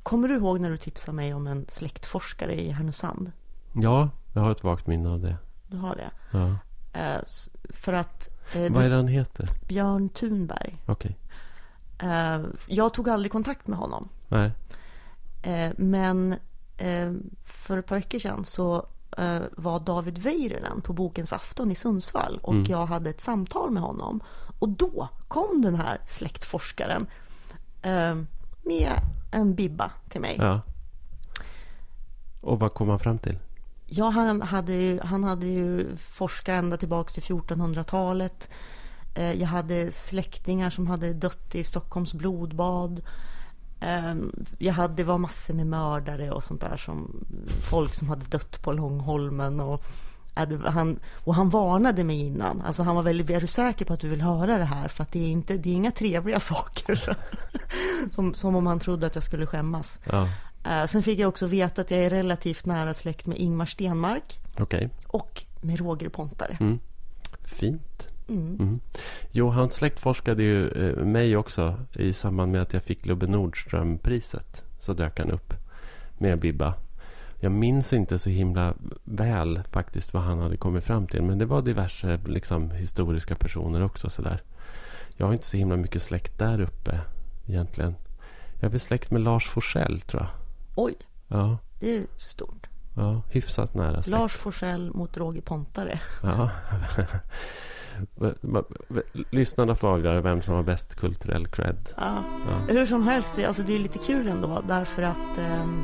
Kommer du ihåg när du tipsade mig om en släktforskare i Härnösand? Ja, jag har ett vagt minne av det. Du har det? Ja. För att... Vad är det han heter? Björn Thunberg. Okej. Jag tog aldrig kontakt med honom. Nej. Men för ett par veckor sedan så var David Väyrynen på Bokens afton i Sundsvall. Och jag hade ett samtal med honom. Och då kom den här släktforskaren med en bibba till mig. Ja. Och vad kom han fram till? Ja, han hade ju forskat ända tillbaka till 1400-talet. Jag hade släktingar som hade dött i Stockholms blodbad. Det var massor med mördare och sånt där, som folk som hade dött på Långholmen, och han varnade mig innan. Alltså han var väldigt, är du säker på att du vill höra det här, för att det är inga trevliga saker. som om han trodde att jag skulle skämmas. Ja. Sen fick jag också veta att jag är relativt nära släkt med Ingmar Stenmark. Okej. Och med Roger Pontare. Fint. Jo, han släktforskade ju mig också i samband med att jag fick Lubbe Nordström-priset. Så dök han upp med bibba. Jag minns inte så himla väl faktiskt vad han hade kommit fram till. Men det var diverse liksom, historiska personer också. Sådär. Jag har inte så himla mycket släkt där uppe egentligen. Jag är släkt med Lars Forssell, tror jag. Oj, ja. Det är stort. Ja, hyfsat nära släkt. Lars Forssell mot Roger Pontare. Ja. Lyssnarna får avgöra vem som har bäst kulturell cred. Ja. Hur som helst, alltså det är lite kul ändå, därför att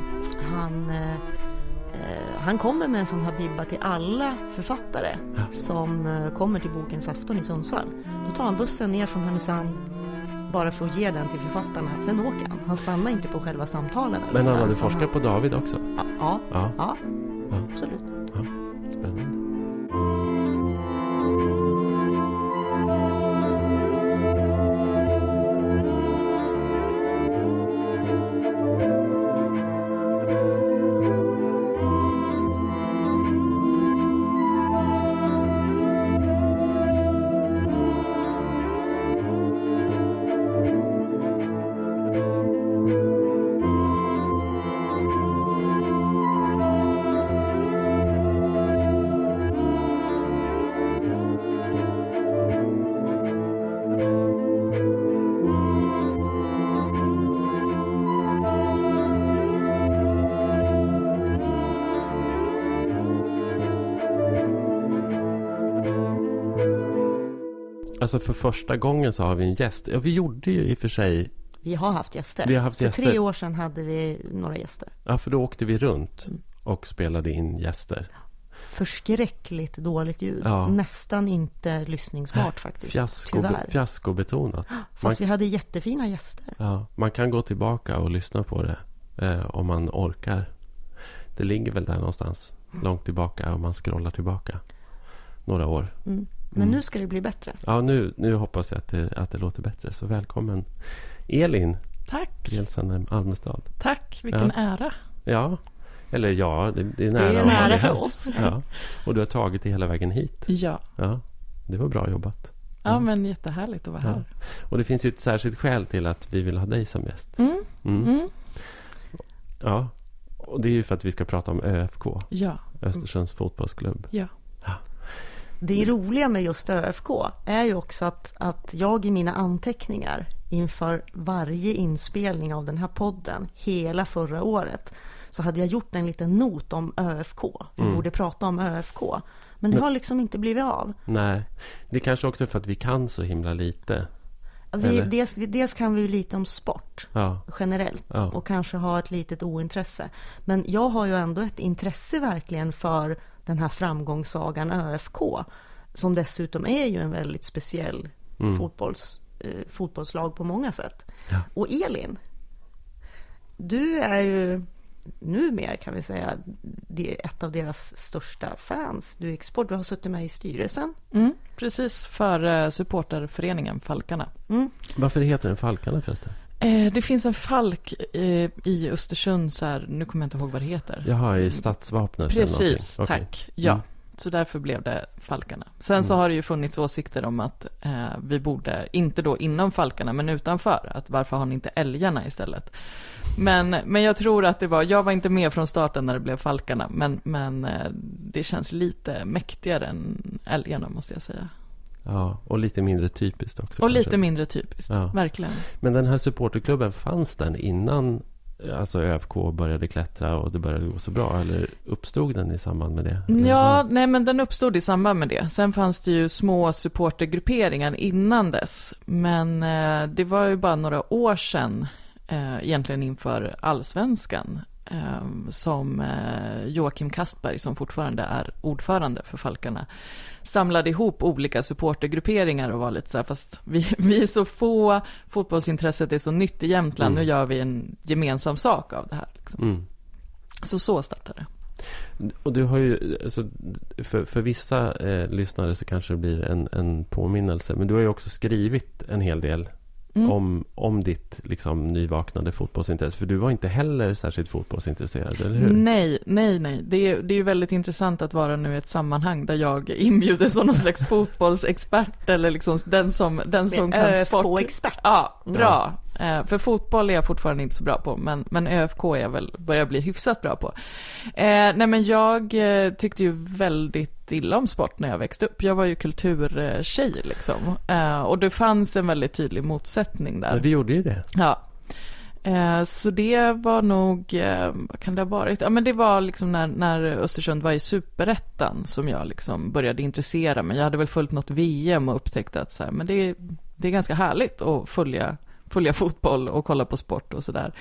han kommer med en sån här bibba till alla författare som kommer till Bokens afton i Sundsvall. Då tar han bussen ner från Härnösand bara för att ge den till författarna. Sen åker han. Han stannar inte på själva samtalen. Men han hade forskat på David också? Ja, absolut. Ja, spännande. Alltså för första gången så har vi en gäst. Ja, vi gjorde ju i och för sig... Vi har haft gäster. För 3 år sedan hade vi några gäster. Ja, för då åkte vi runt och spelade in gäster. Förskräckligt dåligt ljud. Ja. Nästan inte lyssningsbart faktiskt. Fiaskobetonat. Fast vi hade jättefina gäster. Ja, man kan gå tillbaka och lyssna på det om man orkar. Det ligger väl där någonstans långt tillbaka, om man scrollar tillbaka några år. Men nu ska det bli bättre. Ja, nu hoppas jag att det låter bättre. Så välkommen Elin. Tack. Gälsane Almestad. Tack, vilken ära. Ja, eller det är nära. Det är nära för oss. Ja. Och du har tagit det hela vägen hit. Ja. Det var bra jobbat. Ja, men jättehärligt att vara här. Och det finns ju ett särskilt skäl till att vi vill ha dig som gäst. Ja, och det är ju för att vi ska prata om ÖFK. Ja. Östersunds fotbollsklubb. Ja. Det roliga med just ÖFK är ju också att jag i mina anteckningar inför varje inspelning av den här podden hela förra året så hade jag gjort en liten not om ÖFK. Vi borde prata om ÖFK. Men det har liksom inte blivit av. Nej, det är kanske också för att vi kan så himla lite. Dels kan vi ju lite om sport generellt och kanske ha ett litet ointresse. Men jag har ju ändå ett intresse verkligen för den här framgångssagan ÖFK, som dessutom är ju en väldigt speciell fotbollslag på många sätt. Ja. Och Elin, du är ju numera, kan vi säga, ett av deras största fans. Du är export, du har suttit med i styrelsen. Precis, för supporterföreningen Falkarna. Varför heter den Falkarna förresten? Det finns en falk i Östersund, så här, nu kommer jag inte ihåg vad det heter. Jaha, i stadsvapnet. Precis, tack. Ja. Så därför blev det Falkarna. Sen så har det ju funnits åsikter om att vi borde, inte då inom Falkarna men utanför, att varför har ni inte Älgarna istället? Men jag tror att jag var inte med från starten när det blev Falkarna, men det känns lite mäktigare än Älgarna, måste jag säga. Ja, och lite mindre typiskt också. Och kanske. lite mindre typiskt, verkligen. Men den här supporterklubben, fanns den innan alltså ÖFK började klättra och det började gå så bra, eller uppstod den i samband med det? Ja, nej, men den uppstod i samband med det. Sen fanns det ju små supportergrupperingar innan dess, men det var ju bara några år sedan, egentligen inför Allsvenskan, som Joakim Kastberg, som fortfarande är ordförande för Falkarna, samlade ihop olika supportergrupperingar och var lite så här, fast vi är så få, fotbollsintresset är så nytt i Jämtland, nu gör vi en gemensam sak av det här. Liksom. Så startade det. Och du har ju, alltså, för vissa lyssnare så kanske det blir en påminnelse, men du har ju också skrivit en hel del om ditt liksom nyvaknade fotbollsintresse. För du var inte heller särskilt fotbollsintresserad, eller hur? Nej. Det är ju väldigt intressant att vara nu i ett sammanhang där jag inbjuder som någon slags fotbollsexpert, eller liksom den som kan sport. ÖFK-expert. Ja, bra. För fotboll är jag fortfarande inte så bra på, men ÖFK är jag börjar bli hyfsat bra på. Nej, men jag tyckte ju väldigt illa om sport när jag växte upp. Jag var ju kulturtjej liksom. Och det fanns en väldigt tydlig motsättning där. Ja, det gjorde ju det. Ja. Så det var nog, vad kan det ha varit? Ja, men det var liksom när Östersund var i Superettan som jag liksom började intressera mig. Jag hade väl följt något VM och upptäckte att så här, men det är ganska härligt att följa fotboll och kolla på sport och sådär.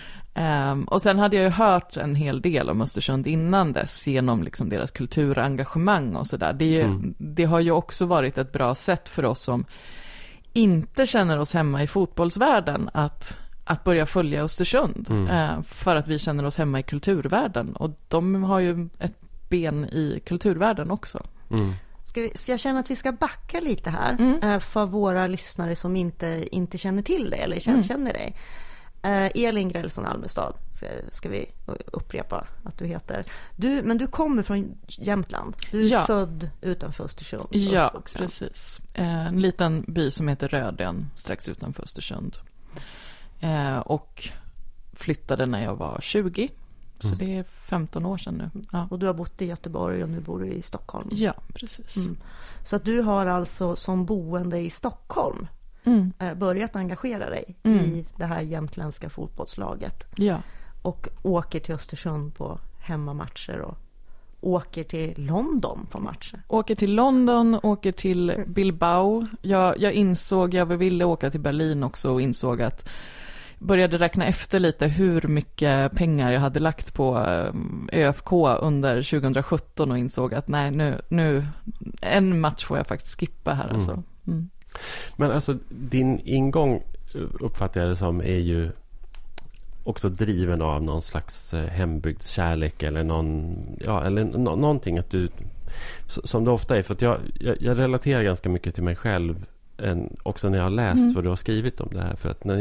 Och sen hade jag ju hört en hel del om Östersund innan dess genom liksom deras kulturengagemang och sådär. Det har ju också varit ett bra sätt för oss som inte känner oss hemma i fotbollsvärlden att börja följa Östersund, för att vi känner oss hemma i kulturvärlden, och de har ju ett ben i kulturvärlden också. Så jag känner att vi ska backa lite här för våra lyssnare som inte känner till det eller känner dig. Elin Grälsson Almestad ska vi upprepa att du heter. Men du kommer från Jämtland. Du är född utanför Östersund. Ja, precis. En liten by som heter Rödön strax utanför Östersund. Och flyttade när jag var 20. Så det är 15 år sedan nu. Ja. Och du har bott i Göteborg och nu bor du i Stockholm. Ja, precis. Så att du har alltså som boende i Stockholm börjat engagera dig i det här jämtländska fotbollslaget. Ja. Och åker till Östersund på hemmamatcher och åker till London på matcher. Åker till London, åker till Bilbao. Jag ville åka till Berlin också och insåg att började räkna efter lite hur mycket pengar jag hade lagt på ÖFK under 2017 och insåg att nej, nu en match får jag faktiskt skippa här alltså. Men alltså din ingång, uppfattar jag det som, är ju också driven av någon slags hembygdskärlek eller någonting att du, som det ofta är, för att jag relaterar ganska mycket till mig själv också när jag har läst vad du har skrivit om det här, för att när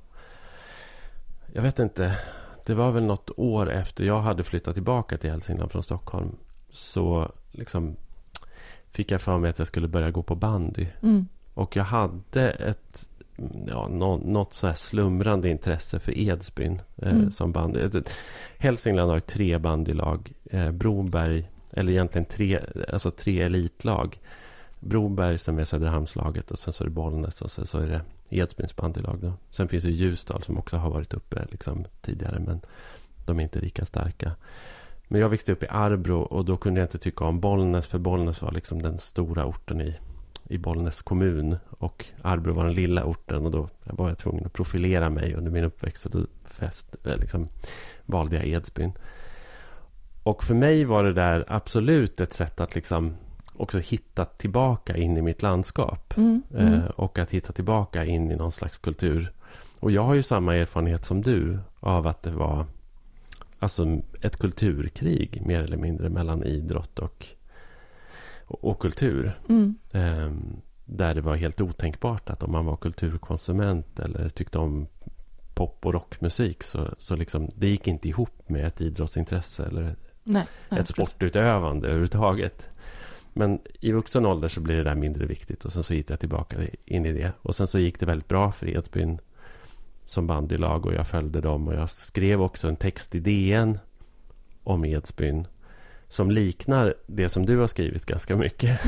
jag vet inte, det var väl något år efter jag hade flyttat tillbaka till Hälsingland från Stockholm, så liksom fick jag för mig att jag skulle börja gå på bandy. Och jag hade något så här slumrande intresse för Edsbyn som bandy. Hälsingland har ju 3 bandylag. Broberg, eller egentligen 3 elitlag. Broberg som är Söderhamnslaget, och sen så är det Bollnäs, och sen så är det Edsbyns bandylag då. Sen finns det Ljusdal som också har varit uppe liksom tidigare, men de är inte lika starka. Men jag växte upp i Arbro, och då kunde jag inte tycka om Bollnäs, för Bollnäs var liksom den stora orten i Bollnäs kommun, och Arbro var den lilla orten, och då var jag tvungen att profilera mig under min uppväxt, och då valde jag Edsbyn. Och för mig var det där absolut ett sätt att liksom också hitta tillbaka in i mitt landskap och att hitta tillbaka in i någon slags kultur. Och jag har ju samma erfarenhet som du av att det var alltså ett kulturkrig mer eller mindre mellan idrott och kultur. Där det var helt otänkbart att om man var kulturkonsument eller tyckte om pop- och rockmusik så liksom, det gick inte ihop med ett idrottsintresse eller ett sportutövande överhuvudtaget. Men i vuxen ålder så blir det där mindre viktigt. Och sen så gick jag tillbaka in i det. Och sen så gick det väldigt bra för Edsbyn som bandylag. Och jag följde dem. Och jag skrev också en text i DN om Edsbyn. Som liknar det som du har skrivit ganska mycket.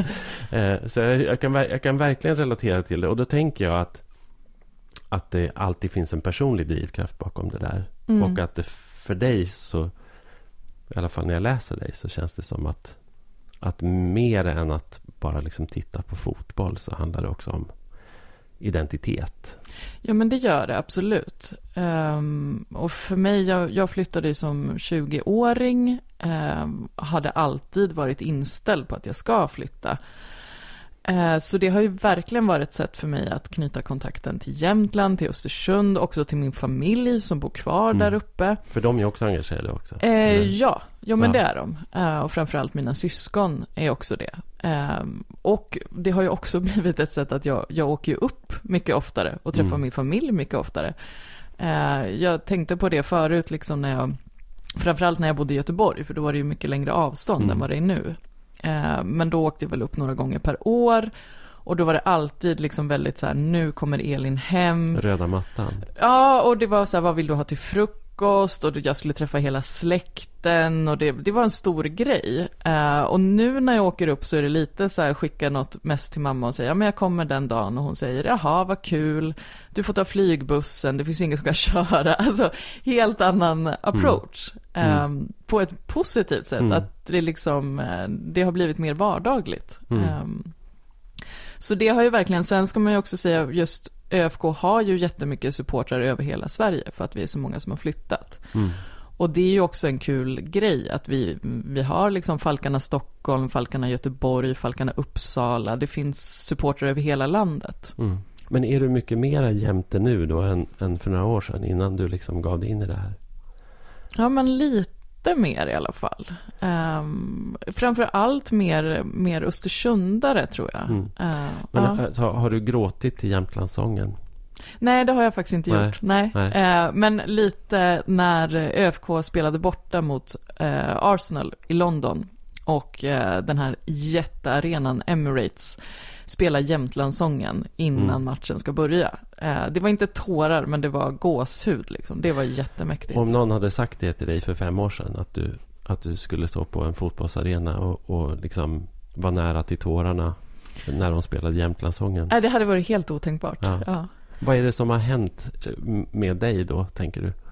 Så jag kan verkligen relatera till det. Och då tänker jag att det alltid finns en personlig drivkraft bakom det där. Och att det för dig så, i alla fall när jag läser dig, så känns det som att mer än att bara liksom titta på fotboll så handlar det också om identitet. Ja, men det gör det absolut. Och för mig, jag flyttade som 20-åring, hade alltid varit inställd på att jag ska flytta. Så det har ju verkligen varit ett sätt för mig att knyta kontakten till Jämtland, till Östersund, också till min familj som bor kvar där uppe. För de är också engagerade också? Ja, men det är de. Och framförallt mina syskon är också det. Och det har ju också blivit ett sätt att jag åker ju upp mycket oftare och träffar min familj mycket oftare. Jag tänkte på det förut liksom framförallt när jag bodde i Göteborg, för då var det ju mycket längre avstånd än vad det är nu. Men då åkte jag väl upp några gånger per år. Och då var det alltid liksom väldigt så här: nu kommer Elin hem. Röda mattan. Ja, och det var så här: vad vill du ha till frukost? Och jag skulle träffa hela släkten. Och det var en stor grej. Och nu när jag åker upp så är det lite så här: skicka något mest till mamma och säga: ja, men jag kommer den dagen. Och hon säger: jaha, vad kul. Du får ta flygbussen, det finns ingen som kan köra. Alltså, helt annan approach. På ett positivt sätt. Att det liksom, det har blivit mer vardagligt. Så det har ju verkligen, sen ska man ju också säga, just ÖFK har ju jättemycket supportrar över hela Sverige för att vi är så många som har flyttat. Och det är ju också en kul grej att vi har liksom Falkarna Stockholm, Falkarna Göteborg, Falkarna Uppsala. Det finns supportrar över hela landet. Men är du mycket mer jämte nu då än för några år sedan, innan du liksom gav dig in i det här? Ja, men lite mer i alla fall. Framförallt mer östersundare, tror jag. Men alltså, har du gråtit till Jämtlandssången? Nej, det har jag faktiskt inte gjort. Nej. Men lite när ÖFK spelade borta mot Arsenal i London och den här jättearenan Emirates spela Jämtlandssången innan matchen ska börja. Det var inte tårar, men det var gåshud liksom. Det var jättemäktigt. Om någon hade sagt det till dig för 5 år sedan, att du skulle stå på en fotbollsarena och liksom vara nära till tårarna när de spelade Jämtlandssången. Det hade varit helt otänkbart. Ja. Vad är det som har hänt med dig då, tänker du?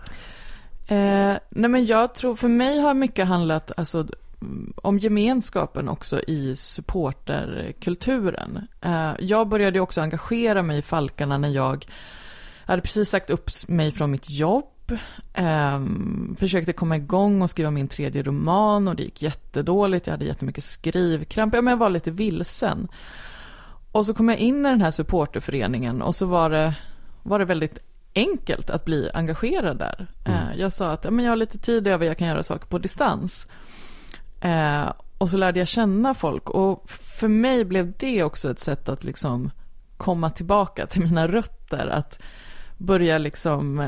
Nej, men jag tror, för mig har mycket handlat alltså om gemenskapen också i supporterkulturen. Jag började också engagera mig i Falkarna när jag hade precis sagt upp mig från mitt jobb. Försökte komma igång och skriva min 3:e roman och det gick jättedåligt. Jag hade jättemycket skrivkramp. Jag var lite vilsen. Och så kom jag in i den här supporterföreningen och så var det väldigt enkelt att bli engagerad där. Jag sa att jag har lite tid över, jag kan göra saker på distans. Och så lärde jag känna folk, och för mig blev det också ett sätt att liksom komma tillbaka till mina rötter, att börja liksom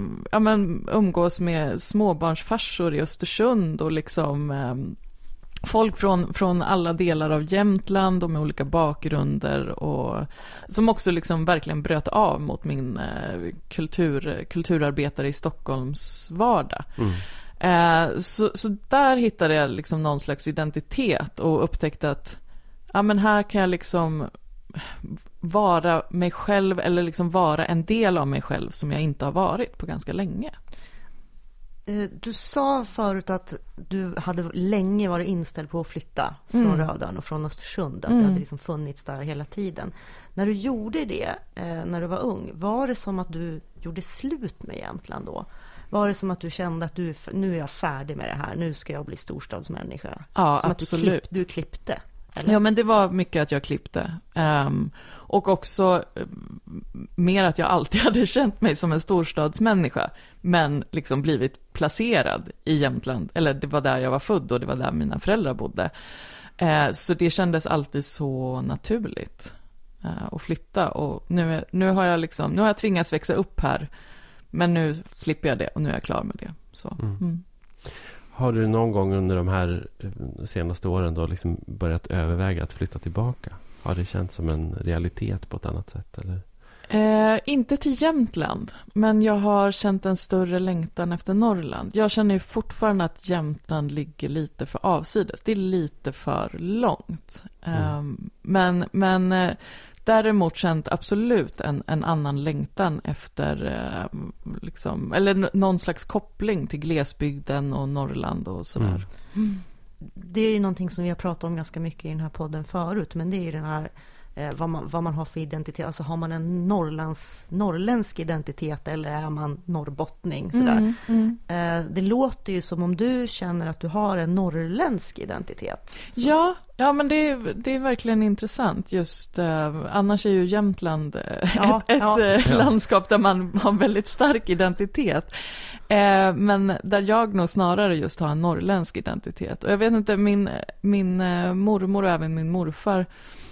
umgås med småbarnsfarsor i Östersund och liksom folk från alla delar av Jämtland och med olika bakgrunder, och som också liksom verkligen bröt av mot min kulturarbetare i Stockholms vardag. Så där hittade jag liksom någon slags identitet och upptäckte att men här kan jag liksom vara mig själv, eller liksom vara en del av mig själv som jag inte har varit på ganska länge. Du sa förut att du hade länge varit inställd på att flytta från Rödön och från Östersund, att det hade liksom funnits där hela tiden. När du gjorde det, när du var ung, var det som att du gjorde slut med Jämtland då? Var det som att du kände att nu är jag färdig med det här, nu ska jag bli storstadsmänniska? Ja, som absolut. Att du klippte? Eller? Ja, men det var mycket att jag klippte. Och också mer att jag alltid hade känt mig som en storstadsmänniska, men liksom blivit placerad i Jämtland. Eller det var där jag var född och det var där mina föräldrar bodde. Så det kändes alltid så naturligt att flytta. Och nu har jag tvingats växa upp här, men nu slipper jag det och nu är jag klar med det. Så. Har du någon gång under de här senaste åren då liksom börjat överväga att flytta tillbaka? Har det känts som en realitet på ett annat sätt? Eller? Inte till Jämtland, men jag har känt en större längtan efter Norrland. Jag känner ju fortfarande att Jämtland ligger lite för avsides. Det är lite för långt. Men däremot känt absolut en annan längtan efter liksom, eller någon slags koppling till glesbygden och Norrland och sådär. Det är ju någonting som vi har pratat om ganska mycket i den här podden förut, men det är ju den här vad man har för identitet. Alltså har man en norrländsk identitet eller är man norrbottning? Sådär. Det låter ju som om du känner att du har en norrländsk identitet. Ja, men det är verkligen intressant. Just annars är ju Jämtland ett landskap där man har en väldigt stark identitet. Men där jag nog snarare just har en norrländsk identitet. Och jag vet inte, min mormor och även min morfar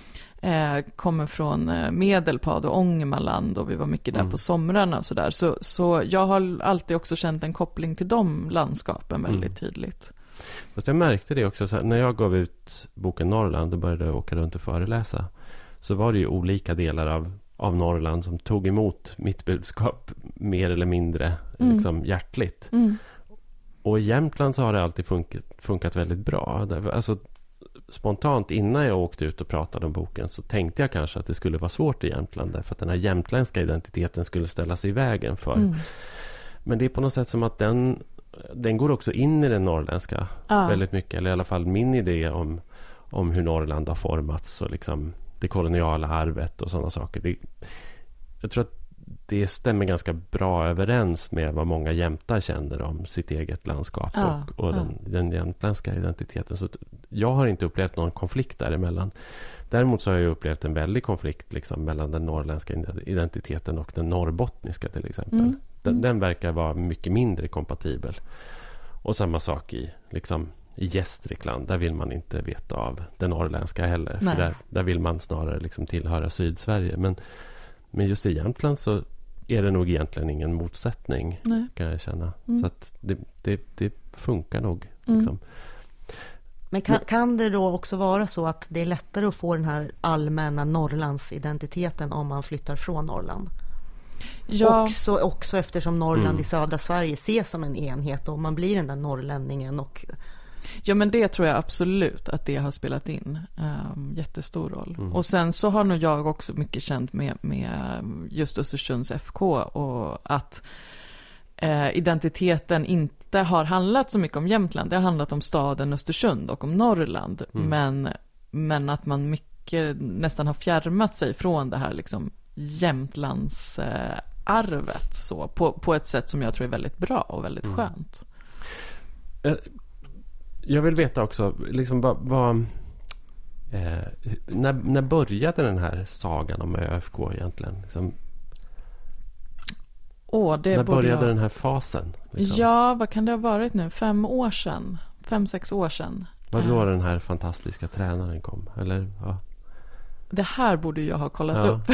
kommer från Medelpad och Ångermanland och vi var mycket där på somrarna och sådär. Så jag har alltid också känt en koppling till de landskapen väldigt tydligt. Fast jag märkte det också så här, när jag gav ut boken Norrland och började åka runt och föreläsa, så var det ju olika delar av Norrland som tog emot mitt budskap mer eller mindre liksom hjärtligt. Och i Jämtland så har det alltid funkat väldigt bra. Alltså spontant innan jag åkte ut och pratade om boken så tänkte jag kanske att det skulle vara svårt i Jämtland därför att den här jämtländska identiteten skulle ställa sig i vägen för. Men det är på något sätt som att den går också in i den norrländska väldigt mycket, eller i alla fall min idé om hur Norrland har formats och liksom det koloniala arvet och sådana saker. Jag tror att det stämmer ganska bra överens med vad många jämtar känner om sitt eget landskap och den jämtländska identiteten. Så jag har inte upplevt någon konflikt däremellan. Däremot så har jag upplevt en väldig konflikt liksom, mellan den norrländska identiteten och den norrbottniska till exempel. Den verkar vara mycket mindre kompatibel. Och samma sak i Gästrikland, där vill man inte veta av den norrländska heller. Nej. För där vill man snarare liksom tillhöra Sydsverige. Men just i Jämtland så är det nog egentligen ingen motsättning. Nej. Kan jag känna. Så att det funkar nog. Liksom. Men kan det då också vara så att det är lättare att få den här allmänna Norrlandsidentiteten om man flyttar från Norrland? Ja. Också eftersom Norrland i södra Sverige ses som en enhet och man blir den där norrlänningen och... Ja, men det tror jag absolut att det har spelat in jättestor roll. Och sen så har nog jag också mycket känt med just Östersunds FK och att identiteten inte har handlat så mycket om Jämtland. Det har handlat om staden Östersund och om Norrland. Men att man mycket nästan har fjärmat sig från det här liksom Jämtlands arvet så, på ett sätt som jag tror är väldigt bra och väldigt skönt. Jag vill veta också liksom, när började den här sagan om ÖFK egentligen? Liksom, när började den här fasen? Liksom? Ja, vad kan det ha varit nu? 5 år sedan? 5-6 år sedan. Var det då den här fantastiska tränaren kom? Eller, ja. Det här borde jag ha kollat upp.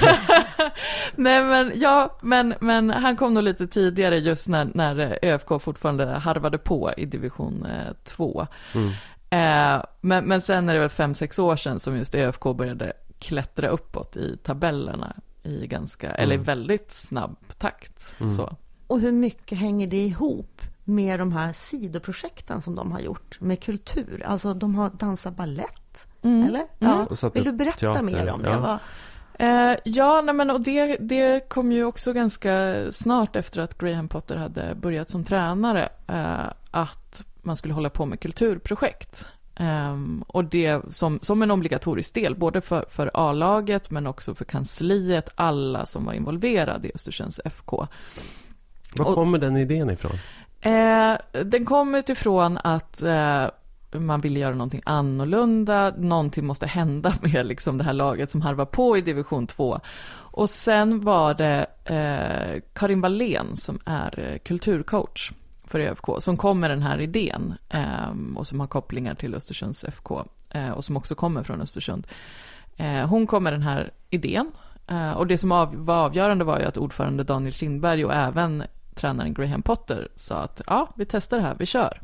Nej, men han kom nog lite tidigare just när ÖFK fortfarande harvade på i division 2. Men sen är det väl 5-6 år sedan som just ÖFK började klättra uppåt i tabellerna i eller väldigt snabb takt. Så. Och hur mycket hänger det ihop med de här sidoprojekten som de har gjort med kultur? Alltså de har dansat ballett, eller? Ja. Vill du berätta mer om det? Och det kom ju också ganska snart efter att Graham Potter hade börjat som tränare att man skulle hålla på med kulturprojekt. Och det som en obligatorisk del både för A-laget men också för kansliet, alla som var involverade i Östersunds FK. Var kommer den idén ifrån? Den kom utifrån att man ville göra någonting annorlunda, någonting måste hända med liksom det här laget som harvar på i division 2. Och sen var det Karin Wallén som är kulturcoach för ÖFK som kom med den här idén och som har kopplingar till Östersunds FK och som också kommer från Östersund. Hon kom med den här idén och det som var avgörande var ju att ordförande Daniel Kindberg och även tränaren Graham Potter sa att vi testar det här, vi kör.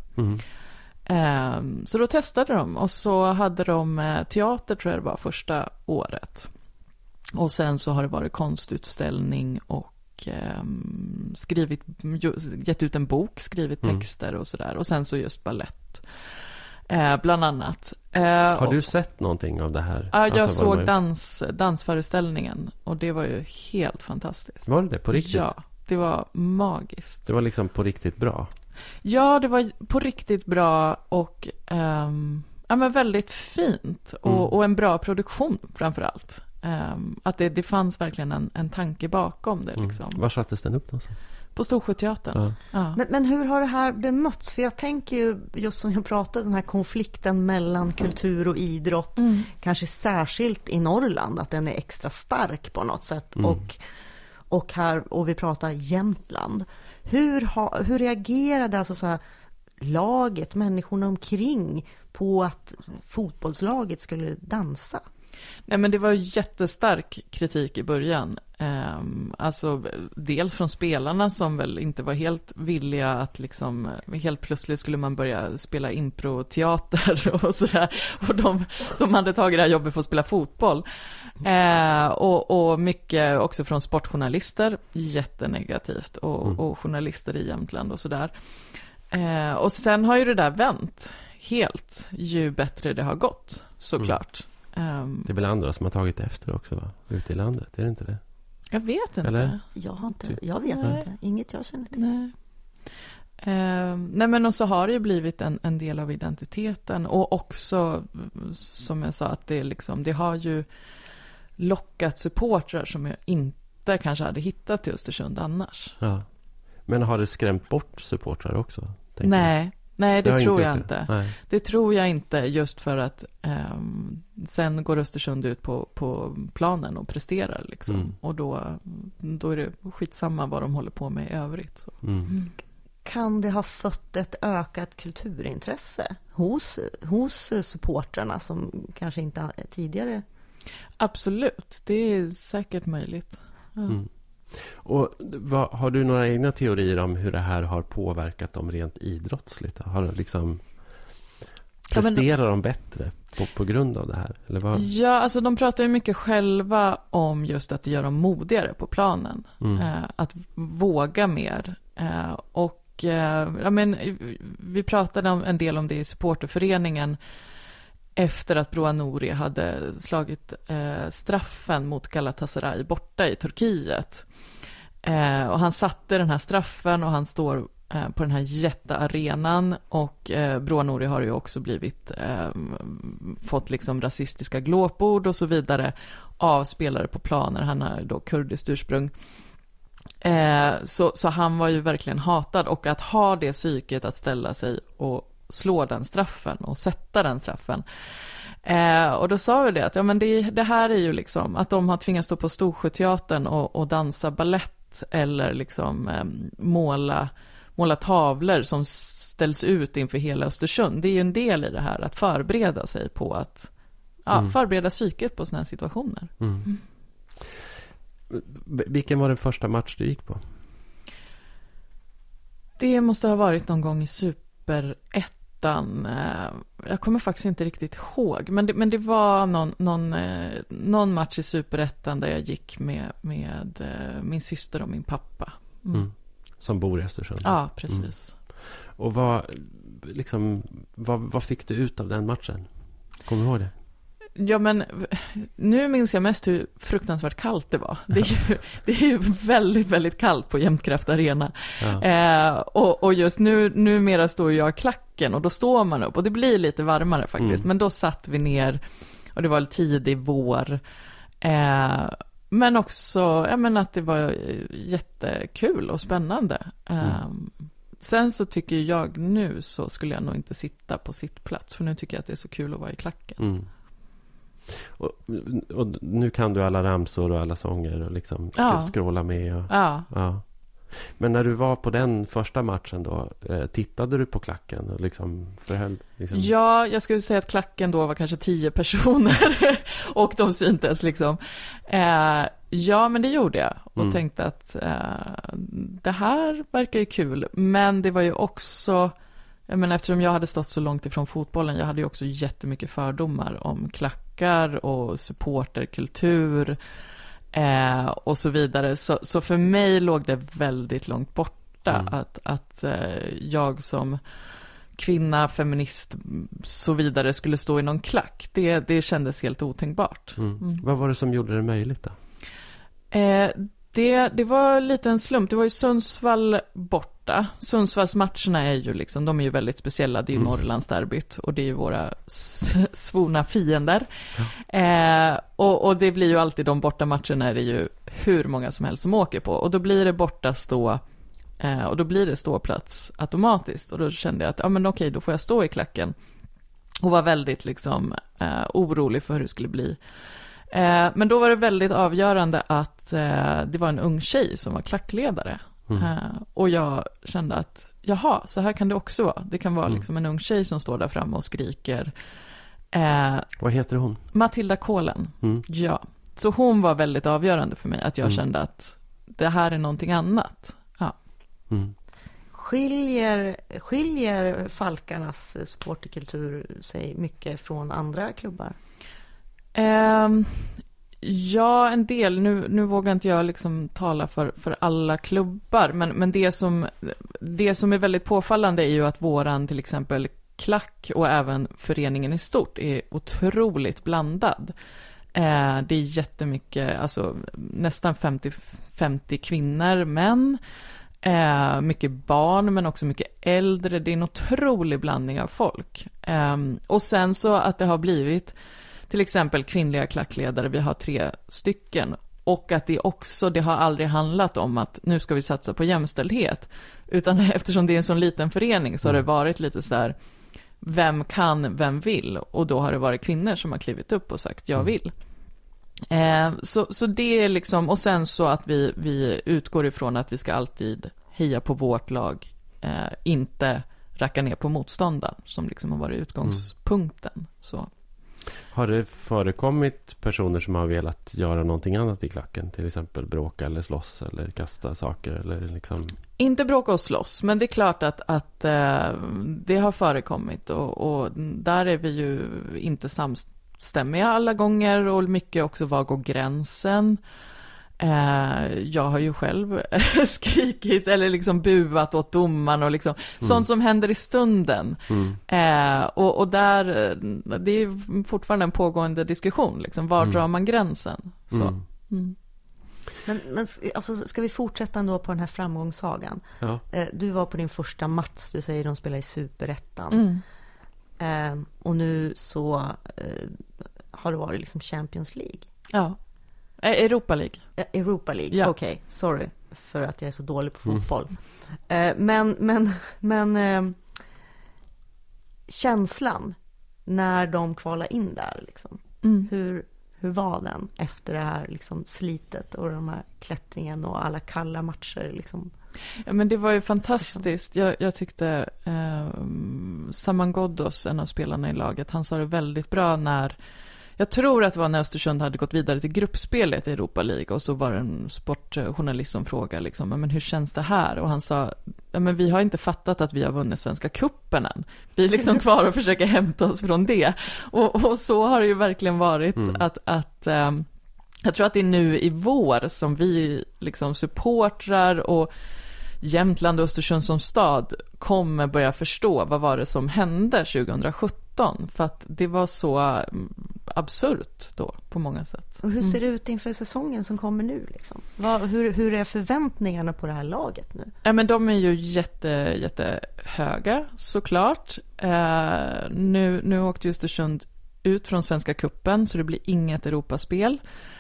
Så då testade de, och så hade de teater, tror jag det var, första året. Och sen så har det varit konstutställning och gett ut en bok, skrivit texter och sådär. Och sen så just ballett, bland annat. Har du sett någonting av det här? Ja, jag såg dansföreställningen, och det var ju helt fantastiskt. Var det på riktigt? Ja, det var magiskt. Det var liksom på riktigt bra? Ja, det var på riktigt bra och men väldigt fint. Och en bra produktion framförallt. Att det fanns verkligen en tanke bakom det. Liksom. Var sattes den upp någonstans? På Storsjöteatern. Ja. Men hur har det här bemötts? För jag tänker ju, just som jag pratade, den här konflikten mellan kultur och idrott, kanske särskilt i Norrland, att den är extra stark på något sätt. Och vi pratar Jämtland. Hur reagerade alltså så här laget, människorna omkring, på att fotbollslaget skulle dansa? Nej, men det var jättestark kritik i början. Alltså dels från spelarna som väl inte var helt villiga att liksom, helt plötsligt skulle man börja spela improteater och sådär. Och de hade tagit det här jobbet för att spela fotboll. Och mycket också från sportjournalister, jättenegativt. Och journalister i Jämtland och sådär. Och sen har ju det där vänt helt, ju bättre det har gått, såklart. Det är väl andra som har tagit efter också, va? Ute i landet, är det inte det? Jag vet inte. Eller? Jag vet inte. Inget jag känner till. Nej. Nej, men och så har det ju blivit en del av identiteten. Och också, som jag sa, att det har ju lockat supportrar som jag inte kanske hade hittat till Östersund annars. Ja. Men har det skrämt bort supportrar också? Nej, det tror jag inte. Nej. Det tror jag inte, just för att sen går Östersund ut på planen och presterar liksom. Och då är det skitsamma vad de håller på med i övrigt. Så. Kan det ha fått ett ökat kulturintresse hos supportrarna som kanske inte tidigare? Absolut, det är säkert möjligt. Ja. Och har du några egna teorier om hur det här har påverkat dem rent idrottsligt? Har de liksom presterar de bättre på grund av det här? Eller vad? Ja, alltså de pratar ju mycket själva om just att det gör dem modigare på planen. Att våga mer. Vi pratade en del om det i supporterföreningen efter att Broa Nouri hade slagit straffen mot Galatasaray borta i Turkiet. Och han satte den här straffen och han står på den här jättearenan, och Broa Nouri har ju också fått liksom rasistiska glåpord och så vidare av spelare på planer. Han har då kurdiskt ursprung. Så han var ju verkligen hatad, och att ha det psyket att ställa sig och slå den straffen och sätta den straffen. Och då sa vi det att det här är ju liksom att de har tvingats stå på Storsjöteatern och dansa ballett eller liksom måla tavlor som ställs ut inför hela Östersund. Det är ju en del i det här, att förbereda sig på att förbereda psyket på såna här situationer. Vilken var den första match du gick på? Det måste ha varit någon gång i Superettan. Jag kommer faktiskt inte riktigt ihåg. Men det var någon match i Superettan där jag gick med min syster och min pappa. Som bor i Östersund? Ja, precis. Och vad fick du ut av den matchen? Kommer du ihåg det? Ja, men nu minns jag mest hur fruktansvärt kallt det var. Det är ju väldigt, väldigt kallt på Jämtkraft Arena. Ja. Och just numera står jag i klacken, och då står man upp och det blir lite varmare faktiskt. Men då satt vi ner, och det var tidig vår. Men också att det var jättekul och spännande. Sen så tycker jag nu så skulle jag nog inte sitta på sittplats, för nu tycker jag att det är så kul att vara i klacken. Och nu kan du alla ramsor och alla sånger och liksom skråla med. Och, ja. Men när du var på den första matchen då, tittade du på klacken och liksom förhöll? Liksom... Ja, jag skulle säga att klacken då var kanske 10 personer och de syntes liksom. Ja, men det gjorde jag och tänkte att det här verkar ju kul. Men det var ju också, jag menar, eftersom jag hade stått så långt ifrån fotbollen, jag hade ju också jättemycket fördomar om klackar och supporterkultur och så vidare. Så för mig låg det väldigt långt borta att jag som kvinna, feminist så vidare skulle stå i någon klack. Det kändes helt otänkbart. Vad var det som gjorde det möjligt då? Det var lite en slump. Det var ju Sundsvall borta. Sundsvalls matcherna är ju liksom, de är ju väldigt speciella. Det är ju Norrlandsderbyt och det är ju våra svorna fiender. Och det blir ju alltid de borta matcherna, är det ju hur många som helst som åker på. Och då blir det borta stå och då blir det ståplats automatiskt. Och då kände jag att, ja men okej, då får jag stå i klacken. Och var väldigt liksom orolig för hur det skulle bli. Men då var det väldigt avgörande att det var en ung tjej som var klackledare. Och jag kände att, jaha, så här kan det också vara. Det kan vara liksom en ung tjej som står där framme och skriker. Vad heter hon? Matilda Kålen. Ja. Så hon var väldigt avgörande för mig. Att jag kände att det här är någonting annat. Ja. Skiljer Falkarnas supporterkultur sig mycket från andra klubbar? Ja, en del. Nu vågar inte jag liksom tala för alla klubbar. Men det som är väldigt påfallande är ju att våran till exempel klack och även föreningen i stort är otroligt blandad. Det är jättemycket, alltså nästan 50 kvinnor, män. Mycket barn men också mycket äldre. Det är en otrolig blandning av folk. Och sen så att det har blivit till exempel kvinnliga klackledare, vi har 3 stycken. Och att det har aldrig handlat om att nu ska vi satsa på jämställdhet. Utan eftersom det är en sån liten förening så har det varit lite så här, vem kan, vem vill? Och då har det varit kvinnor som har klivit upp och sagt jag vill. Så det är liksom, och sen så att vi utgår ifrån att vi ska alltid heja på vårt lag, inte racka ner på motståndaren som liksom har varit utgångspunkten. Så. Har det förekommit personer som har velat göra någonting annat i klacken? Till exempel bråka eller slåss eller kasta saker? Eller liksom... Inte bråka och slåss, men det är klart att det har förekommit. Och där är vi ju inte samstämmiga alla gånger. Och mycket också, var går gränsen? Jag har ju själv skrikit eller liksom buat åt domaren och liksom sånt som händer i stunden. Och där, det är fortfarande en pågående diskussion liksom, var drar man gränsen? Så. Men alltså, ska vi fortsätta ändå på den här framgångssagan? Ja. Du var på din första match, du säger de spelar i Superettan. Och nu så har det varit liksom Champions League. Ja. Europa League. Europa League, ja. Okej. Sorry för att jag är så dålig på fotboll. Men känslan när de kvalar in där liksom. Hur var den efter det här liksom slitet och de här klättringen och alla kalla matcher liksom? Ja, men det var ju fantastiskt. Jag tyckte Saman Ghoddos, en av spelarna i laget, han sa det väldigt bra när, jag tror att det var när Östersund hade gått vidare till gruppspelet i Europa League, och så var det en sportjournalist som frågade liksom, men hur känns det här? Och han sa, men vi har inte fattat att vi har vunnit Svenska cupen än. Vi är liksom kvar och försöker hämta oss från det. Och så har det ju verkligen varit att jag tror att det är nu i vår som vi liksom supportrar och Jämtland och Östersund som stad kommer börja förstå vad var det som hände 2017, för att det var så absurt då på många sätt. Och hur ser det ut inför säsongen som kommer nu liksom? Hur är förväntningarna på det här laget nu? Ja, men de är ju jätte höga såklart. Nu åkte Östersund ut från Svenska cupen, så det blir inget Europaspel.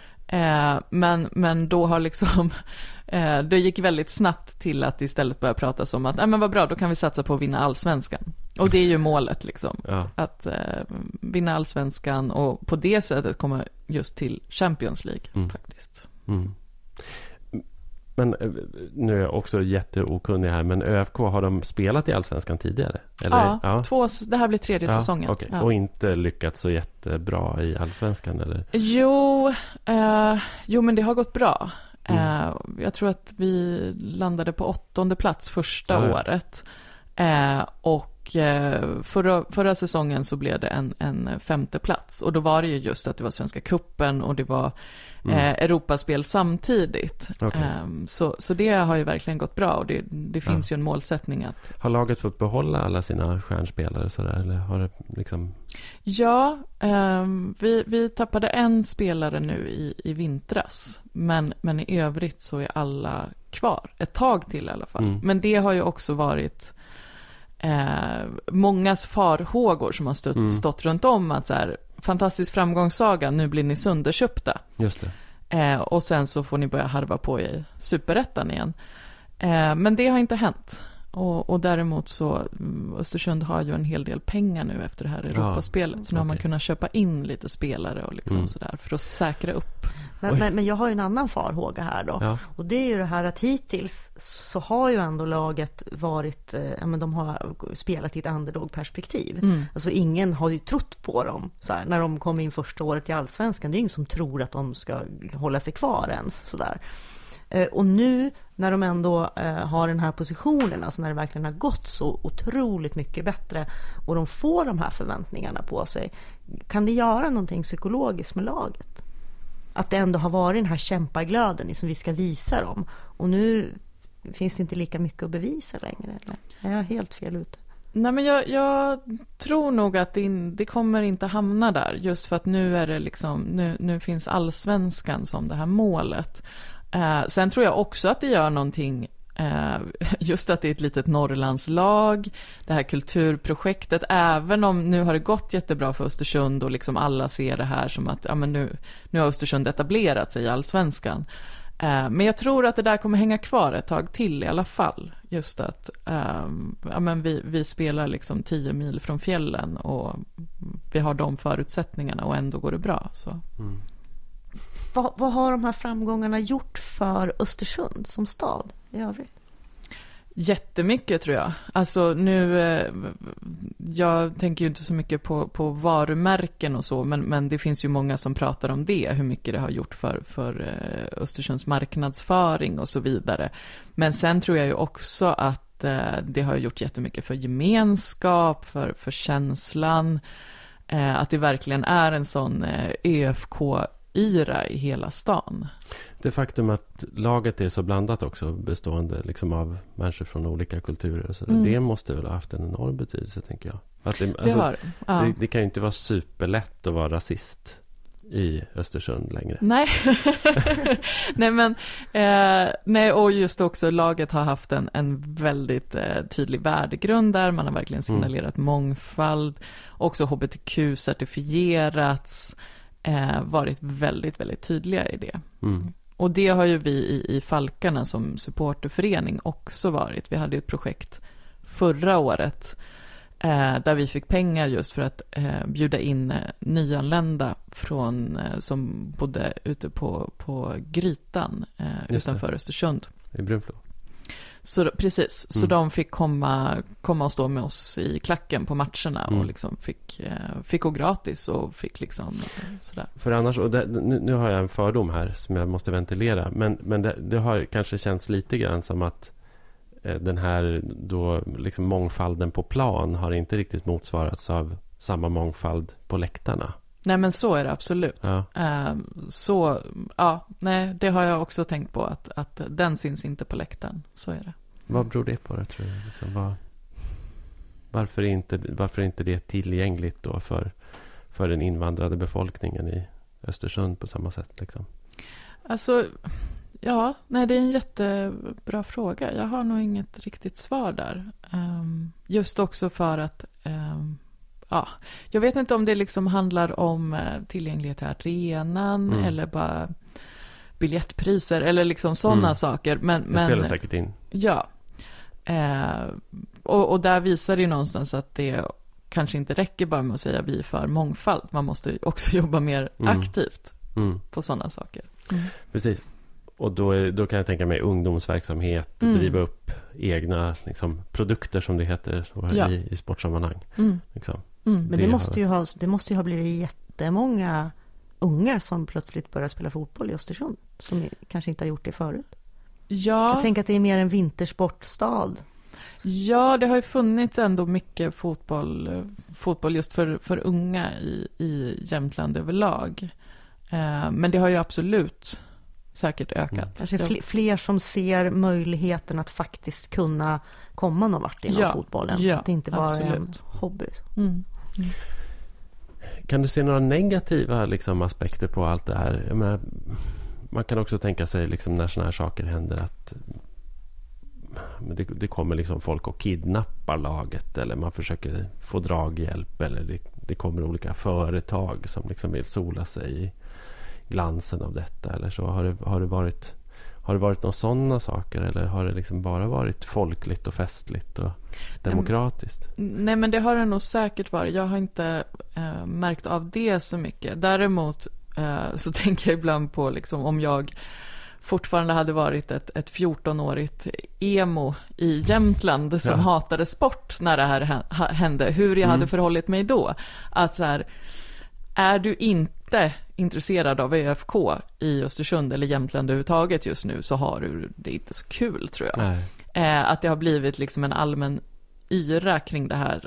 Men då har liksom det gick väldigt snabbt till att istället börja prata om att men vad bra, då kan vi satsa på att vinna allsvenskan. Och det är ju målet liksom, att vinna allsvenskan och på det sättet komma just till Champions League faktiskt. Men nu är jag också jätteokunnig här, men ÖFK, har de spelat i Allsvenskan tidigare? Eller? Ja. Det här blir 3:e säsongen. Okay. Ja. Och inte lyckats så jättebra i Allsvenskan, eller? Jo, men det har gått bra. Jag tror att vi landade på 8:e plats första året. Och förra säsongen så blev det en 5:e plats. Och då var det ju just att det var Svenska cupen och det var Europaspel samtidigt. Okay. Så det har ju verkligen gått bra, och det finns ju en målsättning att... Har laget fått behålla alla sina stjärnspelare sådär, eller har det liksom... Ja, vi tappade en spelare nu i vintras, men i övrigt så är alla kvar ett tag till i alla fall. Men det har ju också varit mångas farhågor som har stått runt om, att så här, fantastisk framgångssaga, nu blir ni sönderköpta. Just det. Och sen så får ni börja harva på i superettan igen. Men det har inte hänt. Och däremot så Östersund har ju en hel del pengar nu efter det här Europaspelet. Så nu har man kunnat köpa in lite spelare och liksom sådär för att säkra upp. Men jag har ju en annan farhåga här då. Ja. Och det är ju det här att hittills så har ju ändå laget varit, de har spelat i ett underdog-perspektiv. Alltså ingen har ju trott på dem så här, när de kom in första året i Allsvenskan. Det är ingen som tror att de ska hålla sig kvar ens sådär. Och nu när de ändå har den här positionen, alltså när det verkligen har gått så otroligt mycket bättre och de får de här förväntningarna på sig, kan det göra någonting psykologiskt med laget? Att det ändå har varit den här kämpaglöden som vi ska visa dem, och nu finns det inte lika mycket att bevisa längre, eller? Är jag helt fel ute? Nej, men jag tror nog att det kommer inte hamna där, just för att nu är det liksom, nu finns Allsvenskan som det här målet. Sen tror jag också att det gör någonting, just att det är ett litet Norrlandslag, det här kulturprojektet, även om nu har det gått jättebra för Östersund och liksom alla ser det här som att nu har Östersund etablerat sig i Allsvenskan. Men jag tror att det där kommer hänga kvar ett tag till i alla fall. Just att vi spelar liksom 10 mil från fjällen och vi har de förutsättningarna och ändå går det bra. Så. Vad har de här framgångarna gjort för Östersund som stad i övrigt? Jättemycket tror jag. Alltså nu, jag tänker ju inte så mycket på varumärken och så, men det finns ju många som pratar om det, hur mycket det har gjort för Östersunds marknadsföring och så vidare. Men sen tror jag ju också att det har gjort jättemycket för gemenskap, för känslan, att det verkligen är en sån ÖFK-yra i hela stan. Det faktum att laget är så blandat också, bestående liksom av människor från olika kulturer och så det måste väl ha haft en enorm betydelse, tänker jag. Att det kan ju inte vara superlätt att vara rasist i Östersund längre. Nej. Nej, och just också laget har haft en väldigt tydlig värdegrund där. Man har verkligen signalerat mångfald. Också HBTQ-certifierats. Varit väldigt, väldigt tydliga i det. Och det har ju vi i Falkarna som supporterförening också varit. Vi hade ett projekt förra året där vi fick pengar just för att bjuda in nyanlända som bodde ute på Grytan utanför Östersund. I Brunflo. Så precis, så de fick komma och stå med oss i klacken på matcherna och liksom fick gå gratis och fick liksom sådär. För annars, och nu har jag en fördom här som jag måste ventilera, men det har kanske känts lite grann som att den här då liksom mångfalden på plan har inte riktigt motsvarats av samma mångfald på läktarna. Nej, men så är det absolut. Ja. Det har jag också tänkt på, att den syns inte på läktaren. Så är det. Vad beror det på, tror jag? Liksom, varför är inte det tillgängligt då för den invandrade befolkningen i Östersund på samma sätt? Liksom? Alltså, det är en jättebra fråga. Jag har nog inget riktigt svar där. Just också för att... jag vet inte om det liksom handlar om tillgänglighet till arenan eller bara biljettpriser eller liksom sådana saker. Men spelar säkert in. Ja. Och där visar det ju någonstans att det kanske inte räcker bara med att säga vi är för mångfald. Man måste också jobba mer aktivt på sådana saker. Precis. Och då kan jag tänka mig ungdomsverksamhet, driva upp egna liksom, produkter som det heter i sportsammanhang. Liksom. Men det måste ju ha blivit jättemånga ungar som plötsligt börjar spela fotboll i Östersund som kanske inte har gjort det förut. Ja. Jag tänker att det är mer en vintersportstad. Ja, det har ju funnits ändå mycket fotboll just för unga i Jämtland överlag. Men det har ju absolut säkert ökat. Kanske fler som ser möjligheten att faktiskt kunna komma någon vart inom fotbollen. Ja, att det inte bara absolut. är en hobby. Kan du se några negativa liksom, aspekter på allt det här? Jag menar, man kan också tänka sig liksom, när såna här saker händer att det kommer liksom folk och kidnappar laget, eller man försöker få draghjälp, eller det kommer olika företag som liksom vill sola sig i glansen av detta, eller så. Har det varit några sådana saker, eller har det liksom bara varit folkligt och festligt och demokratiskt? Nej, men det har det nog säkert varit. Jag har inte märkt av det så mycket. Däremot så tänker jag ibland på liksom, om jag fortfarande hade varit ett 14-årigt emo i Jämtland som hatade sport när det här hände, hur jag hade förhållit mig då. Att så här, är du inte intresserad av ÖFK i Östersund eller Jämtland överhuvudtaget just nu, så har du det inte så kul, tror jag. Att det har blivit liksom en allmän yra kring det här.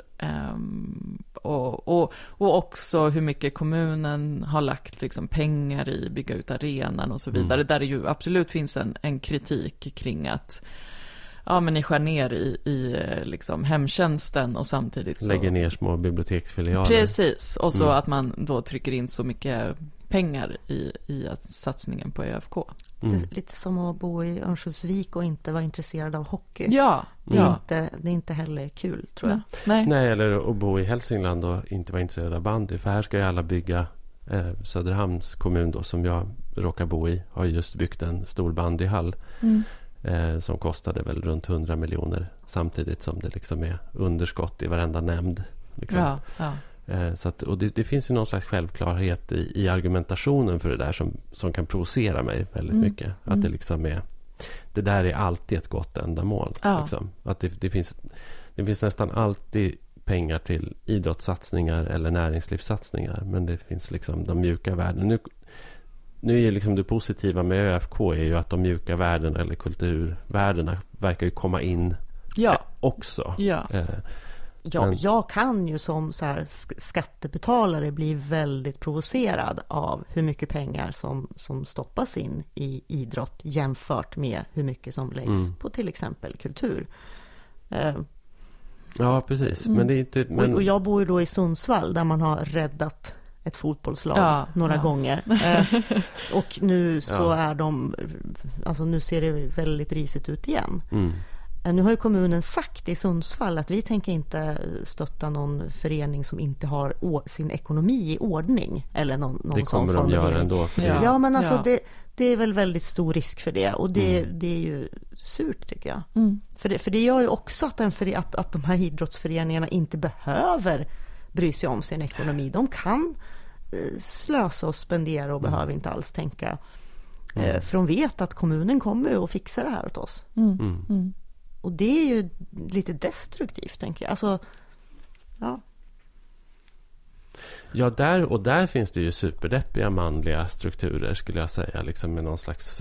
Och också hur mycket kommunen har lagt liksom pengar i bygga ut arenan och så vidare. Där det ju absolut finns en kritik kring att men ni skär ner i liksom hemtjänsten och samtidigt så lägger ner små biblioteksfilialer. Precis, och så att man då trycker in så mycket pengar i satsningen på ÖFK. Lite som att bo i Örnsköldsvik och inte vara intresserad av hockey. Ja. Det är inte heller kul, tror jag. Nej, eller att bo i Hälsingland och inte vara intresserad av bandy. För här ska ju alla bygga. Söderhamns kommun då, som jag råkar bo i, har just byggt en stor bandyhall som kostade väl runt 100 miljoner, samtidigt som det liksom är underskott i varenda nämnd. Liksom. Så att, och det finns ju någon slags självklarhet i argumentationen för det där som kan provocera mig väldigt mycket. Att det liksom är, det där är alltid ett gott ändamål. Liksom. Att det finns nästan alltid pengar till idrottssatsningar eller näringslivssatsningar, men det finns liksom de mjuka värdena. Nu är liksom det positiva med ÖFK är ju att de mjuka värdena eller kulturvärdena verkar ju komma in också. Jag kan ju som så här skattebetalare bli väldigt provocerad av hur mycket pengar som stoppas in i idrott jämfört med hur mycket som läggs på till exempel kultur. Ja, precis. Men det är inte... Och jag bor ju då i Sundsvall där man har räddat ett fotbollslag några gånger. Och nu så är nu ser det väldigt risigt ut igen. Nu har ju kommunen sagt i Sundsvall att vi tänker inte stötta någon förening som inte har sin ekonomi i ordning. Eller någon det sån kommer de göra ändå. Ja, men alltså det är väl väldigt stor risk för det. Och det är ju surt, tycker jag. För det gör ju också att de här idrottsföreningarna inte behöver bry sig om sin ekonomi. De kan slösa och spendera och behöver inte alls tänka. För de vet att kommunen kommer att fixa det här åt oss. Och det är ju lite destruktivt, tänker jag. Alltså, Ja, där finns det ju superdeppiga manliga strukturer, skulle jag säga. Liksom med någon slags...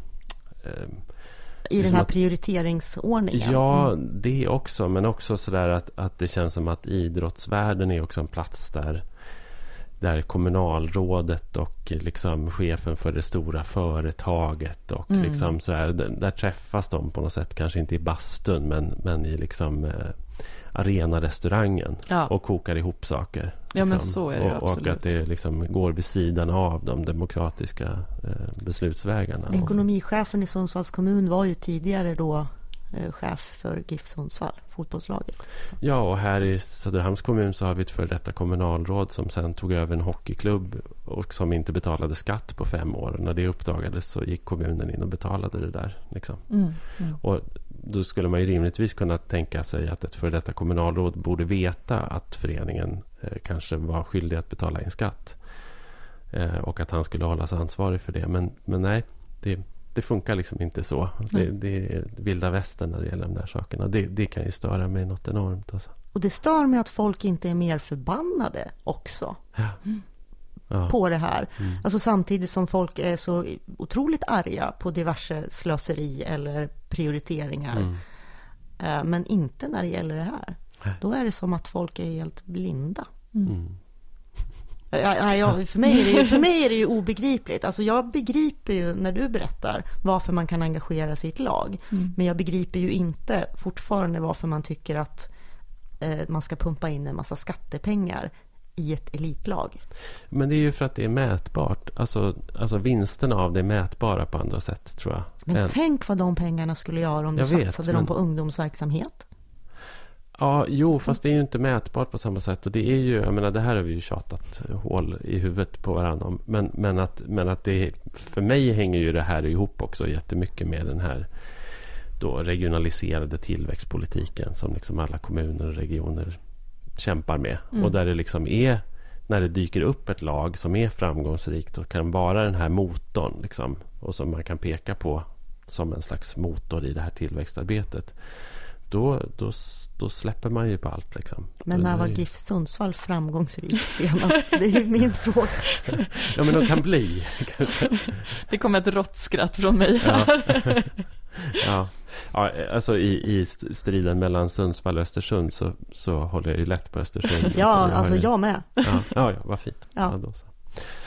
I den här prioriteringsordningen. Ja, det också. Men också sådär att det känns som att idrottsvärlden är också en plats där kommunalrådet och liksom chefen för det stora företaget och liksom så här, där träffas de på något sätt, kanske inte i bastun men i liksom arenarestaurangen och kokar ihop saker. Ja, liksom. men så är det absolut. Och att det liksom går vid sidan av de demokratiska beslutsvägarna. Ekonomichefen i Sundsvalls kommun var ju tidigare då chef för GIF Sundsvall, fotbollslaget. Så. Ja, och här i Söderhamns kommun så har vi ett för detta kommunalråd som sen tog över en hockeyklubb och som inte betalade skatt på 5 år. När det uppdagades så gick kommunen in och betalade det där. Liksom. Och då skulle man ju rimligtvis kunna tänka sig att ett för detta kommunalråd borde veta att föreningen kanske var skyldig att betala in skatt. Och att han skulle hållas ansvarig för det. Men nej, Det funkar liksom inte så. Det är vilda västern när det gäller de där sakerna. Det kan ju störa mig något enormt. Alltså. Och det stör mig att folk inte är mer förbannade också. Ja. På det här. Alltså samtidigt som folk är så otroligt arga på diverse slöseri eller prioriteringar. Men inte när det gäller det här. Då är det som att folk är helt blinda. För mig är det ju obegripligt. Alltså jag begriper ju när du berättar varför man kan engagera sig i ett lag. Men jag begriper ju inte fortfarande varför man tycker att man ska pumpa in en massa skattepengar i ett elitlag. Men det är ju för att det är mätbart. Alltså vinsterna av det är mätbara på andra sätt, tror jag. Men tänk vad de pengarna skulle göra om du satsade dem på ungdomsverksamhet. Ja, fast det är ju inte mätbart på samma sätt. Och det är ju, jag menar, det här har vi ju tjatat hål i huvudet på varandra om. Men att det, för mig hänger ju det här ihop också jättemycket med den här då regionaliserade tillväxtpolitiken som liksom alla kommuner och regioner kämpar med. Och där det liksom är, när det dyker upp ett lag som är framgångsrikt och kan vara den här motorn liksom, och som man kan peka på som en slags motor i det här tillväxtarbetet, då släpper man ju på allt liksom. Men när var GIF Sundsvall framgångsrikt senast? Det är ju min fråga. Ja, men de kan bli kanske. Det kommer ett råttskratt från mig här. Ja, alltså i striden mellan Sundsvall och Östersund så håller jag ju lätt på Östersund. Ja, alltså jag med. Ja, vad fint. Ja. Då så.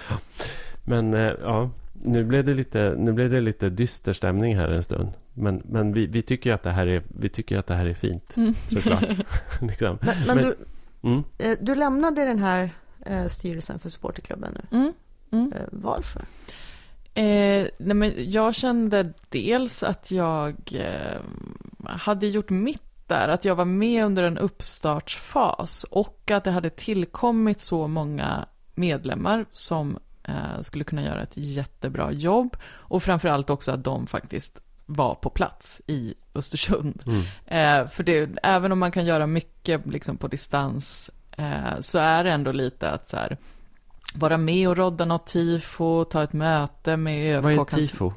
Men nu blev det lite dyster stämning här en stund. Men vi tycker att det här är fint, såklart. Liksom. Men du lämnade den här styrelsen för supporterklubben nu. Varför? Nej, men jag kände dels att jag hade gjort mitt där, att jag var med under en uppstartsfas och att det hade tillkommit så många medlemmar som skulle kunna göra ett jättebra jobb, och framförallt också att de faktiskt var på plats i Östersund. För det, även om man kan göra mycket liksom på distans, så är det ändå lite att så här, vara med och rodda något tifo, ta ett möte med ÖFK. Vad är tifo?